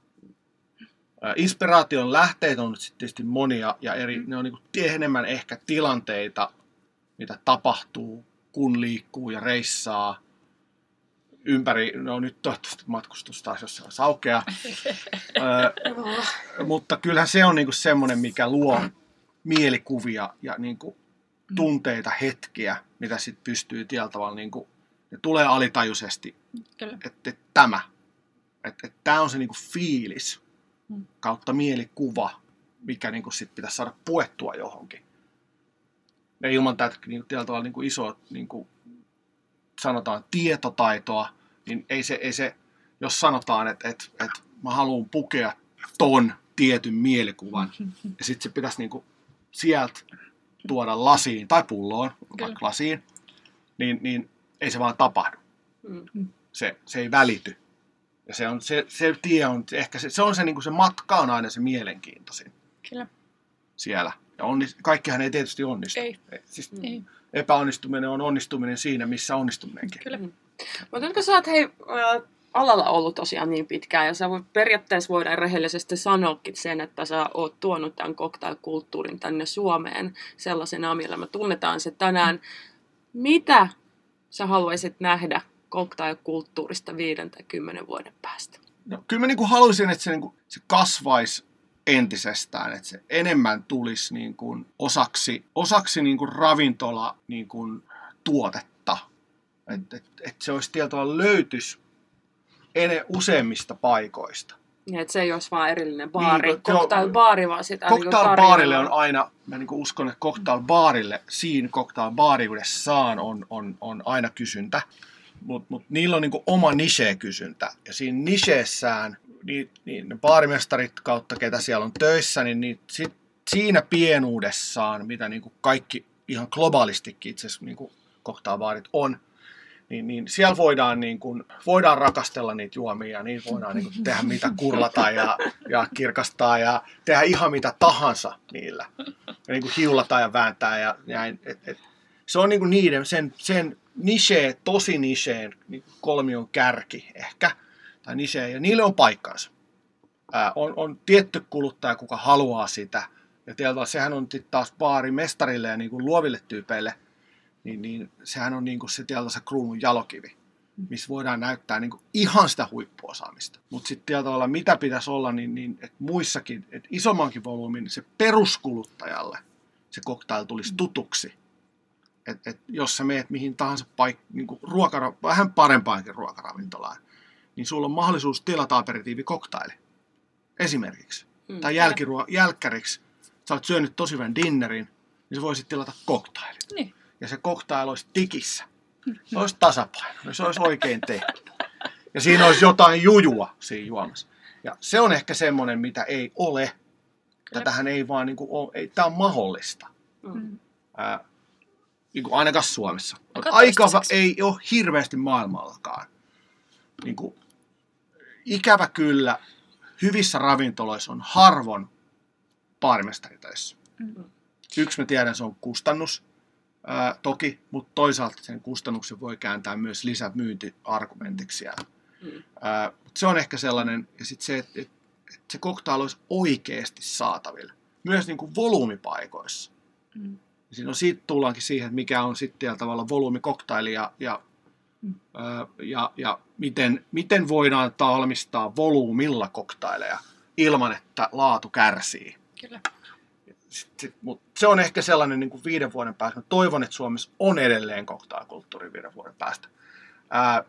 Ää, inspiraation lähteitä on nyt tietysti monia ja eri, mm. ne on niin kuin enemmän ehkä tilanteita, mitä tapahtuu, kun liikkuu ja reissaa ympäri. No nyt toivottavasti matkustus taas jossain saukeaa. Ää, mutta kyllähän se on niin kuin semmoinen, mikä luo mielikuvia ja niin kuin tunteita, hetkiä, mitä sitten pystyy tietyllä tavalla, niin kuin, ne tulee alitajuisesti, että et tämä, että et tämä on se niin kuin fiilis mm. kautta mielikuva, mikä niin kuin sit pitäisi saada puettua johonkin. Ja ilman tätä niin tietyllä tavalla niin kuin isoa, niin kuin sanotaan, tietotaitoa, niin ei se, ei se jos sanotaan, että et, et mä haluan pukea ton tietyn mielikuvan, ja sitten se pitäisi niin kuin sieltä tuoda lasiin tai pulloon, Kyllä. vaikka lasiin, niin, niin ei se vaan tapahdu. Mm. Se, se ei välity. Ja se, on, se, se tie on, ehkä se, se on se, niin kuin se matka on aina se mielenkiintoisin. Kyllä. Siellä. Ja onnist, kaikkihan ei tietysti onnistu. Ei. Siis ei. Epäonnistuminen on onnistuminen siinä, missä onnistuminenkin. Kyllä. Mm. Mutta nyt kun sä oot hei, alalla ollut tosiaan niin pitkään, ja sä voi, periaatteessa voidaan rehellisesti sanoakin sen, että sä oot tuonut tämän cocktailkulttuurin tänne Suomeen sellaisena, millä me tunnetaan se tänään. Mitä sä haluaisit nähdä cocktailkulttuurista viiden tai kymmenen vuoden päästä? No, kyllä mä niin kuin haluaisin, että se, niin kuin, se kasvaisi entisestään, että se enemmän tulisi niin kuin osaksi, osaksi niin kuin ravintola niin kuin tuotetta. Että et, et se olisi tietyllä löytyisi ene, useimmista paikoista. Ja että se ei olisi vaan erillinen baari, niin, cocktailbaari, vaan sitä cocktailbaarille on aina, mä niin kuin uskon, että cocktailbaarille, siinä cocktailbaariudessaan on, on, on aina kysyntä. Mutta mut niillä on niinku oma niche-kysyntä. Ja siinä nicheessään, niin, niin ne baarimestarit kautta, ketä siellä on töissä, niin, niin sit, siinä pienuudessaan, mitä niinku kaikki ihan globaalistikin itse asiassa niinku cocktailbaarit on, niin, niin siellä voidaan, niinku, voidaan rakastella niitä juomia, ja niin voidaan niinku tehdä mitä kurlata ja, ja kirkastaa ja tehdä ihan mitä tahansa niillä. Ja niinku hiulata ja vääntää ja näin. Et, et, se on niinku niiden, sen, sen niche, tosi nicheen, niin kolmion kärki ehkä, tai niche, ja niille on paikkansa. Ää, on, on tietty kuluttaja, kuka haluaa sitä, ja tietysti sehän on taas baarimestarille ja niin kuin luoville tyypeille, niin, niin sehän on niin kuin se tietysti se kruunun jalokivi, missä voidaan näyttää niin kuin ihan sitä huippuosaamista. Mutta sitten tietyllä mitä pitäisi olla, niin, niin että muissakin, että isommankin volyymin se peruskuluttajalle se cocktail tulisi tutuksi. Et, et, jos sä meet mihin tahansa paik- niinku ruokara- vähän parempaankin ruokaravintolaan, niin sulla on mahdollisuus tilata aperitiivi cocktaili. Esimerkiksi. Mm, tai jälkiruo- jälkkäriksi. Sä oot syönyt tosi hyvän dinnerin, niin sä voisit tilata cocktailin. Niin. Ja se cocktail olisi tikissä. Se olisi tasapaino. Se olisi oikein tehty. Ja siinä olisi jotain jujua siinä juomassa. Ja se on ehkä semmoinen, mitä ei ole. Kyllä. Tätähän ei vaan niinku ole. Ei, tää on mahdollista. Mm. Ää, Niin kuin ainakaan Suomessa. No, Aika ei ole hirveästi maailmallakaan. Niin kuin, ikävä kyllä, hyvissä ravintoloissa on harvon baarimestaritöissä. Mm. Yksi mä tiedän, se on kustannus ää, toki, mutta toisaalta sen kustannuksen voi kääntää myös lisämyyntiargumentiksi siellä. Mm. Ää, se on ehkä sellainen, ja sitten se, että et, et se cocktail olisi oikeasti saatavilla. Myös niin kuin volyymipaikoissa. Mm. No siitä tullaankin siihen, että mikä on sitten tavallaan volyymikoktaili ja, ja, mm. ää, ja, ja miten, miten voidaan valmistaa volyymilla koktaileja ilman, että laatu kärsii. Kyllä. Sit, sit, mut se on ehkä sellainen niin kuin viiden vuoden päästä. Mä toivon, että Suomessa on edelleen cocktailkulttuuri viiden vuoden päästä. Ää,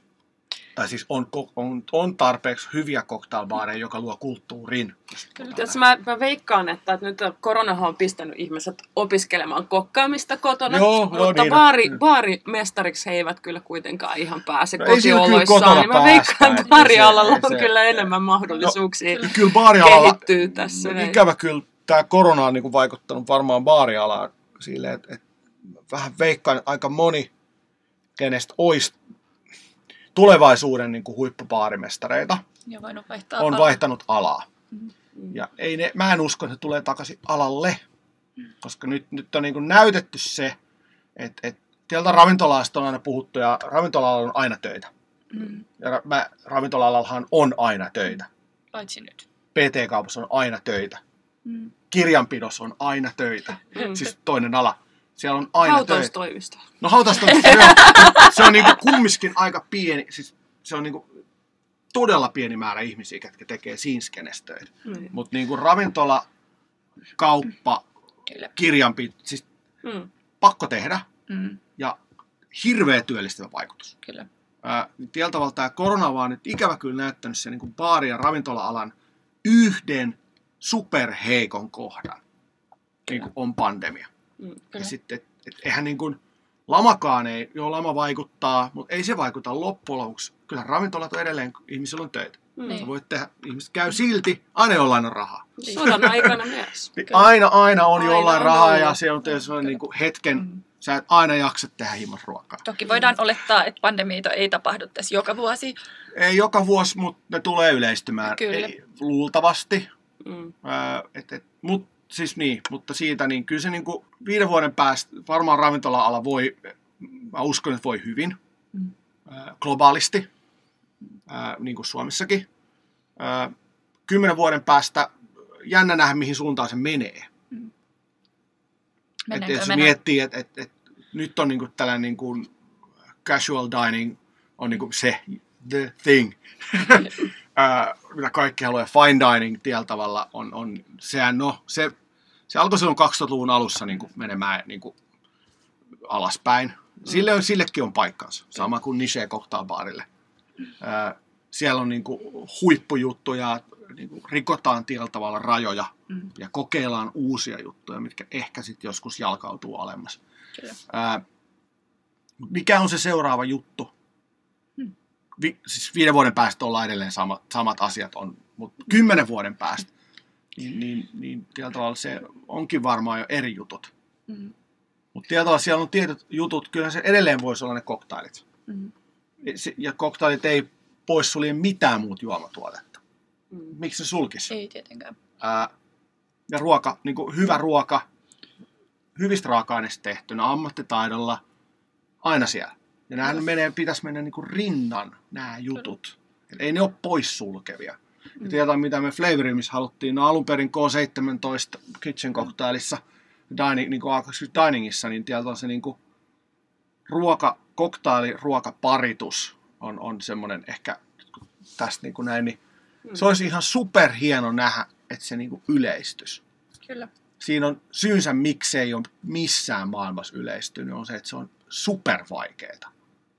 tai siis on, on, on tarpeeksi hyviä cocktailbaareja, joka luo kulttuurin. Tässä mä, mä veikkaan, että, että nyt koronahan on pistänyt ihmiset opiskelemaan kokkaamista kotona, joo, mutta joo, niin, baari, niin. baarimestariksi he eivät kyllä kuitenkaan ihan pääse no, kotioloissaan. Niin mä veikkaan, että baarialalla on se, kyllä enemmän mahdollisuuksia no, kyllä baarialalla, kehittyy tässä. No, ikävä kyllä tämä korona on niin kuin vaikuttanut varmaan baarialaan silleen, että, että vähän veikkaan aika moni, kenestä olisi tulevaisuuden niin kuin huippubaarimestareita ja vaihtaa on alaa. vaihtanut alaa. Mm-hmm. Ja ei ne, mä en usko, että se tulee takaisin alalle, koska nyt, nyt on niin kuin näytetty se, että, että tieltä ravintolaista on aina puhuttu ja ravintola-alalla on aina töitä. Mm-hmm. Ja ra- ravintola-alallahan on aina töitä. Paitsi nyt. P T-kaupassa on aina töitä. Mm-hmm. Kirjanpidossa on aina töitä. Mm-hmm. Siis toinen ala. Siellä on aina hautaustoimisto. No hautaustoimisto, se on, se on niinku kumminkin aika pieni, siis se on niinku todella pieni määrä ihmisiä, jotka tekee siinä skenessä töitä. Mm. Mutta niinku ravintola, kauppa, Kyllä. kirjanpito, siis mm. pakko tehdä mm. ja hirveä työllistävä vaikutus. Kyllä. Ää, tietyllä tavalla tämä korona on vaan nyt ikävä kyllä näyttänyt se niinku baari- ja ravintola-alan yhden superheikon kohdan, niin kuin on pandemia. Mm, ja sitten, et, et, eihän niin kuin, lamakaan ei, joo lama vaikuttaa, mutta ei se vaikuta loppujen lopuksi. Kyllä ravintolat on edelleen, ihmisillä on töitä. Mm. Sä voit tehdä, ihmiset käy silti, aina jollain on rahaa. Sodan aikana myös. aina, aina on aina jollain on rahaa ollut. Ja se on sellainen niin kuin hetken, mm. sä et aina jaksa tehdä hieman ruokaa. Toki voidaan olettaa, että pandemiita ei tapahdu tässä joka vuosi. Ei joka vuosi, mutta ne tulee yleistymään. Kyllä. Ei, luultavasti. Mm. Äh, et, et, mut, Siis niin, mutta siitä niin kyllä se niin kuin viiden vuoden päästä varmaan ravintola-ala voi, mä uskon, että voi hyvin mm. äh, globaalisti. ää, niin kuin Suomessakin. Ää, kymmenen vuoden päästä jännä nähdä, mihin suuntaan se menee. Mm. Että jos miettii, että et, et, nyt on niin kuin tällainen niin kuin casual dining on niin kuin se, the thing, ää, mitä kaikki haluaa. Fine dining tiellä tavalla on, on sehän, no, se, se alkoi silloin kaksituhattaluvun alussa niin kuin menemään niin kuin alaspäin. Sille on, sillekin on paikkansa, sama kuin Niche Cocktailbarille. Ää, siellä on niin kuin huippujuttuja, niin kuin rikotaan tiellä tavalla rajoja mm. ja kokeillaan uusia juttuja, mitkä ehkä sitten joskus jalkautuu alemmas. Ää, mikä on se seuraava juttu? Hmm. Vi, siis viiden vuoden päästä ollaan edelleen sama, samat asiat, on, mutta kymmenen vuoden päästä, niin, niin, niin tietyllä tavalla se onkin varmaan jo eri jutut. Hmm. Mutta tietyllä tavalla siellä on tietyt jutut, kyllähän se edelleen voisi olla ne koktailit. Hmm. Ja koktailit ei poissulje mitään muuta juomatuotetta. Hmm. Miksi se sulkisi? Ei tietenkään. Ää, ja ruoka, niin kuin hyvä ruoka, hyvistä raaka-aineista tehtynä, ammattitaidolla, aina siellä. Ja näähän menee, pitäisi mennä niin kuin rinnan, nämä jutut. Et ei ne ole poissulkevia. Mm. Ja tiedetään, mitä me Flavorimissä haluttiin. No alun perin K seitsemäntoista Kitchen Cocktailissa, dining, niin kuin A kaksikymmentä Diningissa, niin tiedetään se niin kuin ruoka, koktaili, ruokaparitus on, on semmoinen ehkä tästä niin kuin näin. Niin mm. Se olisi ihan superhieno nähdä, että se niin kuin yleistys. Kyllä. Siinä on syynsä, miksi ei ole missään maailmassa yleistynyt, on se, että se on supervaikeeta.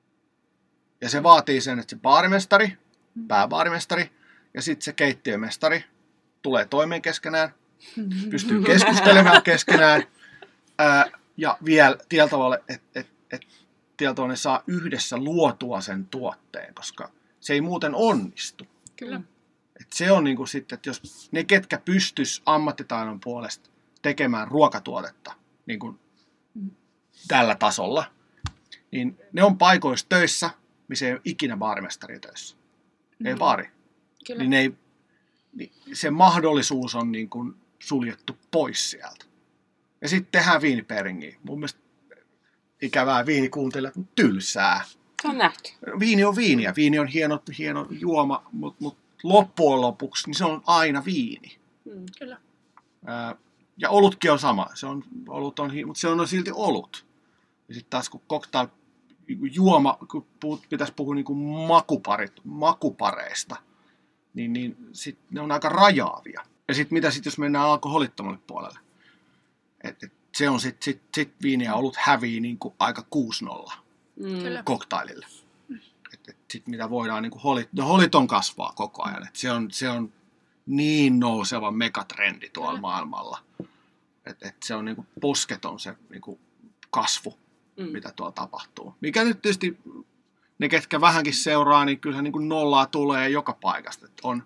Ja se vaatii sen, että se baarimestari, pääbaarimestari ja sitten se keittiömestari tulee toimeen keskenään, pystyy keskustelemaan keskenään ää, ja vielä tiellä tavalla, että et, et, tiellä tavalla ne saa yhdessä luotua sen tuotteen, koska se ei muuten onnistu. Kyllä. Et se on niinku sitten, että jos ne, ketkä pystyis ammattitaidon puolesta tekemään ruokatuotetta niin kuin mm. tällä tasolla, niin ne on paikoissa töissä, missä ei ole ikinä baarimestari töissä. Mm. Ei baari. Kyllä. Niin, ei, niin se mahdollisuus on niin kuin suljettu pois sieltä. Ja sitten tehdään viinipairingia. Mun mielestä ikävää viinikuuntelijat, tylsää. Se on nähty. Viini on viiniä. Viini on hieno, hieno juoma, mutta mut loppujen lopuksi niin se on aina viini. Mm. Kyllä. Ää, Ja olutkin on sama, se on, olut on, mutta se on silti olut. Ja sitten taas kun cocktail juoma, kun puhut, pitäisi puhua niin kuin makuparit, makupareista, niin, niin sit ne on aika rajaavia. Ja sitten mitä sitten, jos mennään alkoholittomalle puolelle? Et, et se on sitten sit, sit viini ja olut hävii niin kuin aika kuusi nolla mm. cocktailille. Et, et sitten mitä voidaan, niin kuin holit, no holiton kasvaa koko ajan. Et se on, se on niin nouseva megatrendi tuolla Kyllä. maailmalla. Että et se on niinku posketon se niinku kasvu, mm. mitä tuolla tapahtuu. Mikä nyt tietysti ne, ketkä vähänkin seuraa, niin kyllähän niinku nollaa tulee joka paikasta. Et on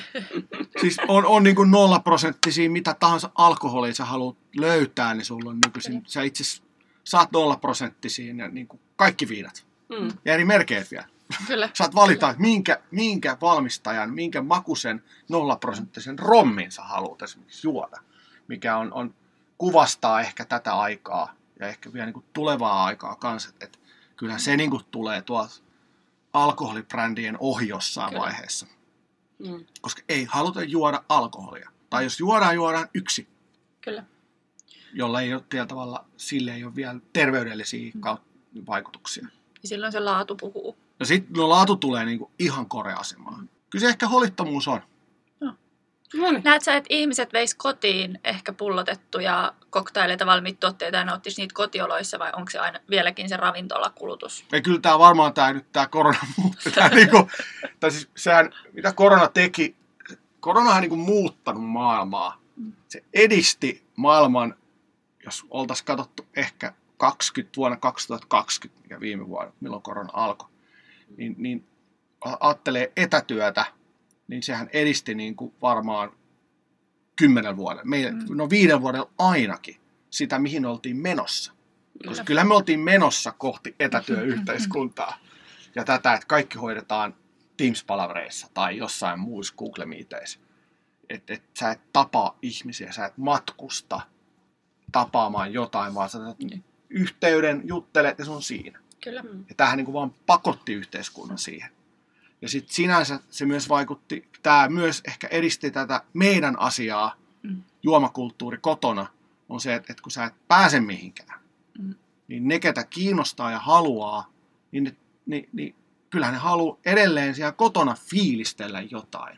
siis on, on niinku nollaprosenttisia, mitä tahansa alkoholia sä haluat löytää, niin sulla on nykyisin, sä itse saat nollaprosenttisia ja niinku kaikki viinat. Mm. Ja eri merkeet vielä. Kyllä. Saat valita, että minkä, minkä valmistajan, minkä makuisen nollaprosenttisen rommin sä haluat esimerkiksi juoda. Mikä on, on, kuvastaa ehkä tätä aikaa ja ehkä vielä niin kuin tulevaa aikaa kanssa. Että et, kyllähän se niin kuin tulee tuolta alkoholibrändien ohi jossain Kyllä. vaiheessa. Mm. Koska ei haluta juoda alkoholia. Tai jos juodaan, juodaan yksi. Kyllä. Jolla ei ole tietyllä tavalla, sille ei ole vielä terveydellisiä mm. vaikutuksia. Ja silloin se laatu puhuu. Ja sitten no, laatu tulee niinku ihan korea-asemaan. Kyllä se ehkä holittomuus on. No. Näet sä, että ihmiset veis kotiin ehkä pullotettuja koktaileita, valmiita tuotteita ja ne ottis niitä kotioloissa vai onko se aina vieläkin se ravintolakulutus? Ei, kyllä tämä varmaan tää, nyt tämä korona muutti. niinku, tai siis sehän, mitä korona teki, koronahan niinku muuttanut maailmaa. Se edisti maailman, jos oltaisiin katsottu ehkä kaksikymmentä, vuonna kaksituhattakaksikymmentä, mikä viime vuonna, milloin korona alkoi. Niin, niin ajattelee etätyötä, niin sehän edisti niin kuin varmaan kymmenen vuoden, meillä, mm. no viiden vuoden ainakin sitä, mihin oltiin menossa. Kyllä. Koska kyllä me oltiin menossa kohti etätyöyhteiskuntaa. Ja tätä, että kaikki hoidetaan Teams-palavreissa tai jossain muissa Google-miiteissä. Että et sä et tapaa ihmisiä, sä et matkusta tapaamaan jotain, vaan sä mm. yhteyden, juttelet ja se on siinä. Kyllä. Ja tämähän niin kuin vaan pakotti yhteiskunnan siihen. Ja sitten sinänsä se myös vaikutti, tämä myös ehkä edisti tätä meidän asiaa, mm. juomakulttuuri kotona, on se, että, että kun sä et pääse mihinkään, mm. niin ne, ketä kiinnostaa ja haluaa, niin, ne, niin, niin kyllähän ne haluaa edelleen siellä kotona fiilistellä jotain.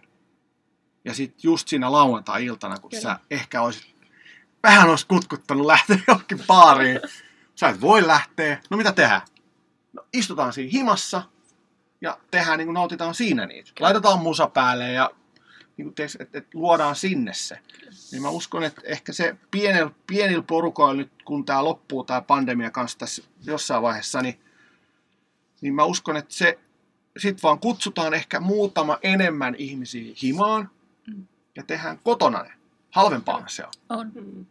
Ja sitten just siinä lauantai-iltana, kun Kyllä. sä ehkä olisit, vähän olisi kutkuttanut lähteä johonkin baariin, sä et voi lähteä, no mitä tehdään? No, istutaan siinä himassa ja tehdään, niin kuin nautitaan siinä niitä. Laitetaan musa päälle ja niin että et, et luodaan sinne se. Niin mä uskon, että ehkä se pienillä, pienillä porukoilla nyt, kun tää loppuu, tää pandemia kanssa tässä jossain vaiheessa, niin, niin mä uskon, että se sit vaan kutsutaan ehkä muutama enemmän ihmisiä himaan mm. ja tehdään kotona ne. Halvempaa se on. On. Mm.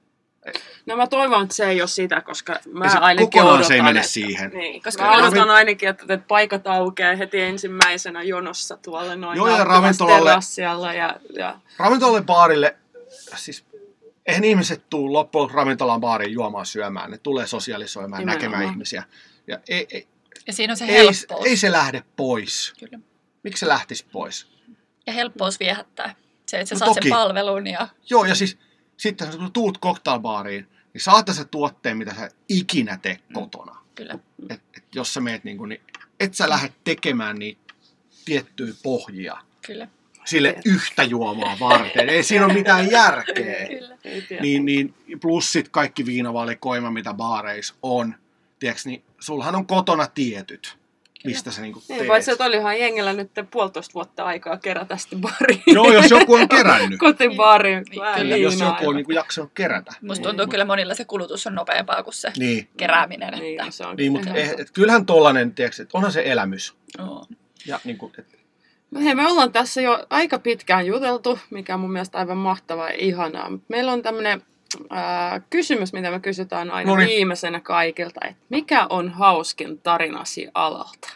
No mä toivon, että se ei ole sitä, koska mä se ainakin odotan, se ei mene että, siihen. Niin, koska mä odotan ainakin, että, että paikat aukeaa heti ensimmäisenä jonossa tuolla noin terassialla. Ja, ja... Ravintolalle, baarille, siis eihän ihmiset tule loppuun ravintolan baariin juomaan syömään. Ne tulee sosialisoimaan, Nimenomaan. näkemään ihmisiä. Ja, ei, ei, ja siinä on se ei, helppous. Ei se lähde pois. Kyllä. Miksi se lähtisi pois? Ja helppous viehättää. Se, että sä no saat toki. sen palvelun. Ja... Joo, ja siis sitten kun tuut cocktailbaariin, niin saata se tuotteen, mitä sä ikinä tee kotona. Kyllä. Et, et jos sä meet niin kuin, niin et sä lähde tekemään niitä tiettyjä pohjia. Kyllä. Sille yhtä juomaa varten. Ei siinä ole mitään järkeä. Kyllä. Niin, niin, plus sit kaikki viinavalikoima, mitä baareissa on. Tiedätkö, niin sulhan on kotona tietyt, mistä sä niinku teet. Niin, paitsi että olihan jengellä nyt puolitoista vuotta aikaa kerätä sitten baariin. Joo, jos joku on kerännyt. Kotibaariin. Kyllä, jos joku on niinku jaksanut kerätä. Musta tuntuu niin. kyllä monilla se kulutus on nopeampaa kuin se niin. kerääminen. Niin, että... se on niin mutta eh, et, kyllähän tollanen, tiedätkö, että onhan se elämys. Oh. Ja niin kuin, et... No hei, me ollaan tässä jo aika pitkään juteltu, mikä on mun mielestä aivan mahtavaa ja ihanaa. Meillä on tämmöinen äh, kysymys, mitä me kysytään aina Noniin. viimeisenä kaikilta. Että mikä on hauskin tarinasi alalta?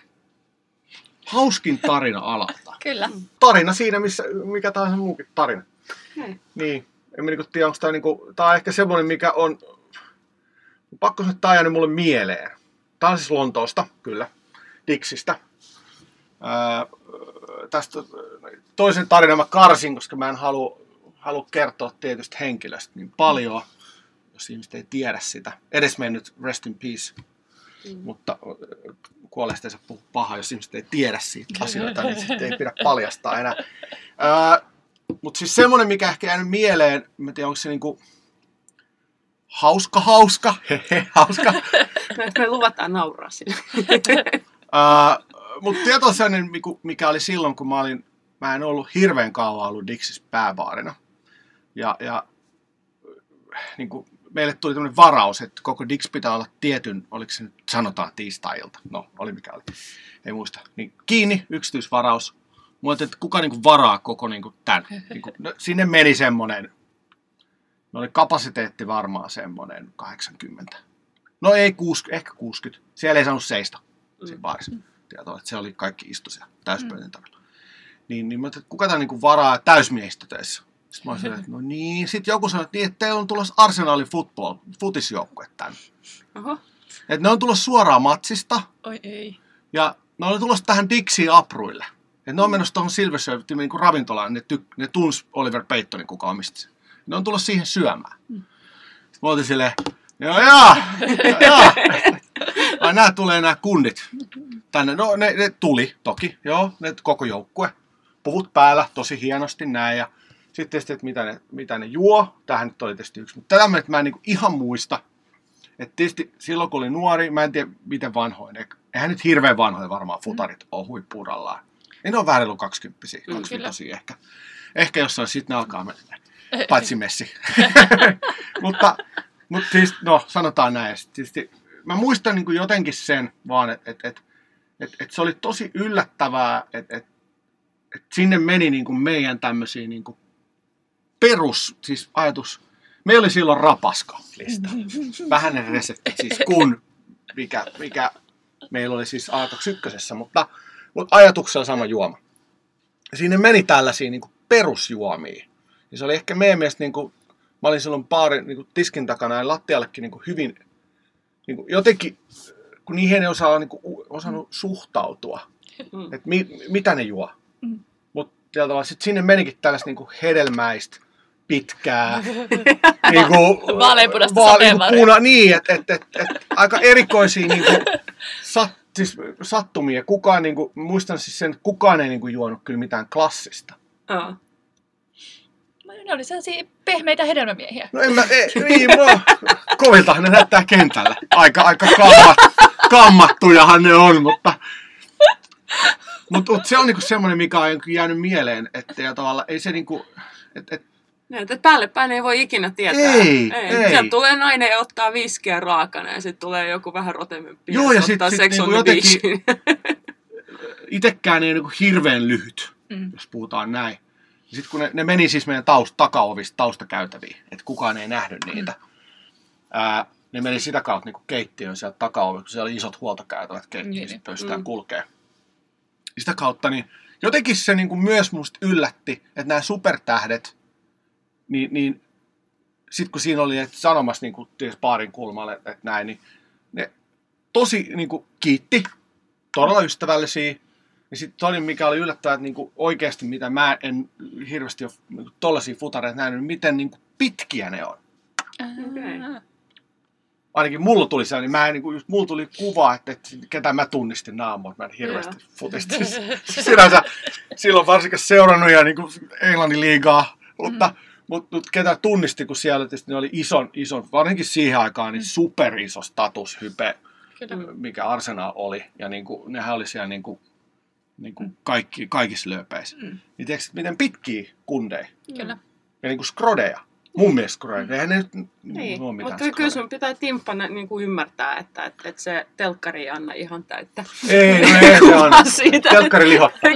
Hauskin tarina alalta? Kyllä. Tarina siinä, missä mikä tahansa muukin tarina. Hei. Niin. En mä niinku tiedä, onko tää niinku... Tää on ehkä semmoinen, mikä on... Pakko sanoa, että tää on jäänyt mulle mieleen. Tää on siis Lontoosta, kyllä. Dixistä. Öö, tästä toisen tarinan mä karsin, koska mä en halua, halua kertoa tietystä henkilöstä niin paljon, jos ihmiset ei tiedä sitä. Edes mennyt rest in peace, mm. mutta kuolleesta ei saa puhua pahaa, jos ihmiset ei tiedä siitä asioita, niin sitten ei pidä paljastaa enää. Öö, mutta siis semmoinen, mikä ehkä jäänyt mieleen, mä en tiedä, onko se niinku hauska hauska, hehe, hauska. Me luvataan nauraa sille. öö, Mutta tieto sellainen, mikä oli silloin, kun mä olin, mä en ollut hirveän kauan ollut Dixissä pääbaarina. Ja, ja niin kuin meille tuli tämmöinen varaus, että koko Dix pitää olla tietyn, oliko se nyt sanotaan tiistai-ilta, no oli mikä oli, ei muista. Niin kiinni, yksityisvaraus. Mä ajattelin, että kuka niin kuin varaa koko niin kuin tämän. Niin kuin, no, sinne meni semmoinen, no oli kapasiteetti varmaan semmoinen kahdeksankymmentä. No ei kuusikymmentä, ehkä kuusikymmentä. Siellä ei saanut seistä siinä baarissa. Tietoa, että se oli kaikki istu siellä täyspöytän takana. Niin, niin mä ajattelin, että kuka tämä niin varaa täysmiehistötöissä? Sitten mä olisin, että no niin. Sitten joku sanoi, että, niin, että teillä on tulossa Arsenalin football, futisjoukkue tänne. Oho. Että ne on tulossa suoraan matsista. Oi ei. Ja ne on tulossa tähän Dixiin apruille. Että ne on menossa tuohon Silver Surfin niin kuin ravintolaan. Ne, ty- ne tunsi Oliver Paytonin, kuka omisti sen. Ne on tulossa siihen syömään. Mm. Sitten mä olin silleen, joo joo, joo. Ai nää tulee nämä kundit tänne. No ne, ne tuli toki, joo, ne koko joukkue. Puvut päällä, tosi hienosti näin. Ja sitten tietysti, että mitä ne, mitä ne juo. Tämähän nyt oli tietysti yksi. Mutta tätä mä en niinku ihan muista. Että tietysti silloin kun oli nuori, mä en tiedä miten vanhoin. Eihän nyt hirveän vanhoja varmaan futarit mm. ole huippuurallaan. Ei ne ole vähän ollut kaksikymppisiä, kaksikymppisiä ehkä. Ehkä jossain sitten ne alkaa mennä. Paitsi Messi. mutta, mutta siis, no sanotaan näin. Tietysti, mä muistan niin kuin jotenkin sen vaan, että et, et, et, et se oli tosi yllättävää, että et, et sinne meni niin kuin meidän tämmöisiä niin kuin perus, siis ajatus. Meillä oli silloin rapaska-lista. Vähäinen resepti siis kun, mikä, mikä meillä oli siis A kaksikymmentä, mutta, mutta ajatuksella sama juoma. Ja sinne meni tällaisia niin kuin perusjuomia. Ja se oli ehkä meidän mielestä, niin kuin, mä olin silloin baarin niin kuin tiskin takana ja lattiallekin niin kuin hyvin, niin kuin jotenkin, kun niihin ei osaa, niin kuin, osannut suhtautua. Mm. että mi, mitä ne juo. Mm. Mutta sitten sinne menikin tällaista niinku hedelmäistä, pitkää, niinku, Vaaleanpunaista vaale- sateenvarjoa. puna, niin, että et, et, et, aika erikoisia niinku, sat, siis, sattumia. Kukaan, niinku, muistan siis sen, että kukaan ei niinku, juonut kyllä mitään klassista. Aa. Ne oli sellaisia pehmeitä hedelmämiehiä. No en mä, ei, niin, no, koviltahan ne näyttää kentällä. Aika, aika kammat, kammattujahan ne on, mutta... Mutta mut se on niinku semmoinen, mikä on jäänyt mieleen, että ja tavallaan ei se niinku... Et, et, Niin, että päälle päin ei voi ikinä tietää. Ei, ei. Sieltä tulee nainen ja ottaa viskiä raakana ja sitten tulee joku vähän rotemempi Joo, ja se sit- ottaa sit Sex on niinku the jotenkin- Beachin. itekään ei niinku hirveän lyhyt, Mm. jos puhutaan näin. Sitten kun ne, ne meni siis meidän taust, takaovista taustakäytäviin, että kukaan ei nähnyt niitä. Ää, ne meni sitä kautta niinku keittiöön sieltä takaovista, kun siellä oli isot huoltokäytävät keittiössä, Niin. pöystään Mm. kulkee. Sitä kautta niin jotenkin se niinku myös musta yllätti, että nämä supertähdet, niin, niin sitten kun siinä oli et sanomassa niinku baarin kulmalle, että et näin, niin ne tosi niinku kiitti, todella ystävällisiä. Ja sitten toinen, mikä oli yllättävää, että niinku oikeasti, mitä mä en hirveästi ole niinku tollaisia futareita nähnyt, miten niinku pitkiä ne on. Okei. Ah. Ainakin mulla tuli sellainen, mä en, niinku, just mulla tuli kuva, että, että ketä mä tunnistin naamoa, mä en hirveästi futista. Sinänsä silloin varsinkin seurannut ja niinku Englannin liigaa, mutta, mm. mutta, mutta ketä tunnisti, kun siellä tietysti ne oli ison, ison, varsinkin siihen aikaan, niin superiso statushype, Kyllä. mikä Arsenal oli. Ja niinku, nehän oli siellä niinku, niinku kaikki, kaikissa lööpeissä. Mm. Niin tiedätkö, miten pitkiä kundeja Kyllä. ja niinku skrodeja. Mun mielestä skrodeja. Eihän ne nyt Niin, ole mitään mutta kyllä skrodeja. sun pitää timppana niin kuin ymmärtää, että, että, että se telkkari ei anna ihan täyttä. Ei, no ei se on. Kuvaa siitä. Telkkari lihottaa.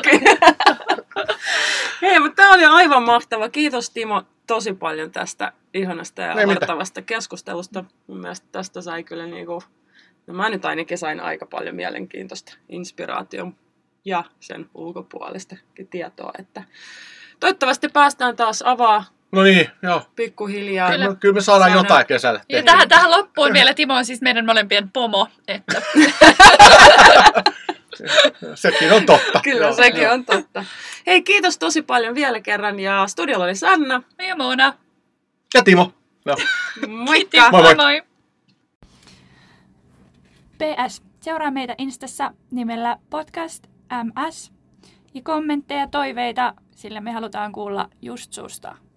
Hei, mutta tämä oli aivan mahtava. Kiitos Timo tosi paljon tästä ihanasta ja Ei mitään. avartavasta keskustelusta. Mun mielestä tästä sai kyllä niinku, no mä nyt ainakin sain aika paljon mielenkiintoista inspiraation ja sen ulkopuolistakin tietoa, että toivottavasti päästään taas avaa No niin, joo. pikkuhiljaa. Kyllä. No, kyllä me saadaan Saadaan. jotain kesällä. Ja tehtyä. tähän, tähän loppuun vielä Timo on siis meidän molempien pomo. Että Sekin on totta. Kyllä, Joo, sekin joo. on totta. Hei, kiitos tosi paljon vielä kerran ja studiolla oli Sanna. ja Moona. Ja Timo. Joo. Moikka! Moi moi. moi. P S. Seuraa meitä Instassa nimellä podcast M S. Ja kommentteja ja toiveita, sillä me halutaan kuulla just susta.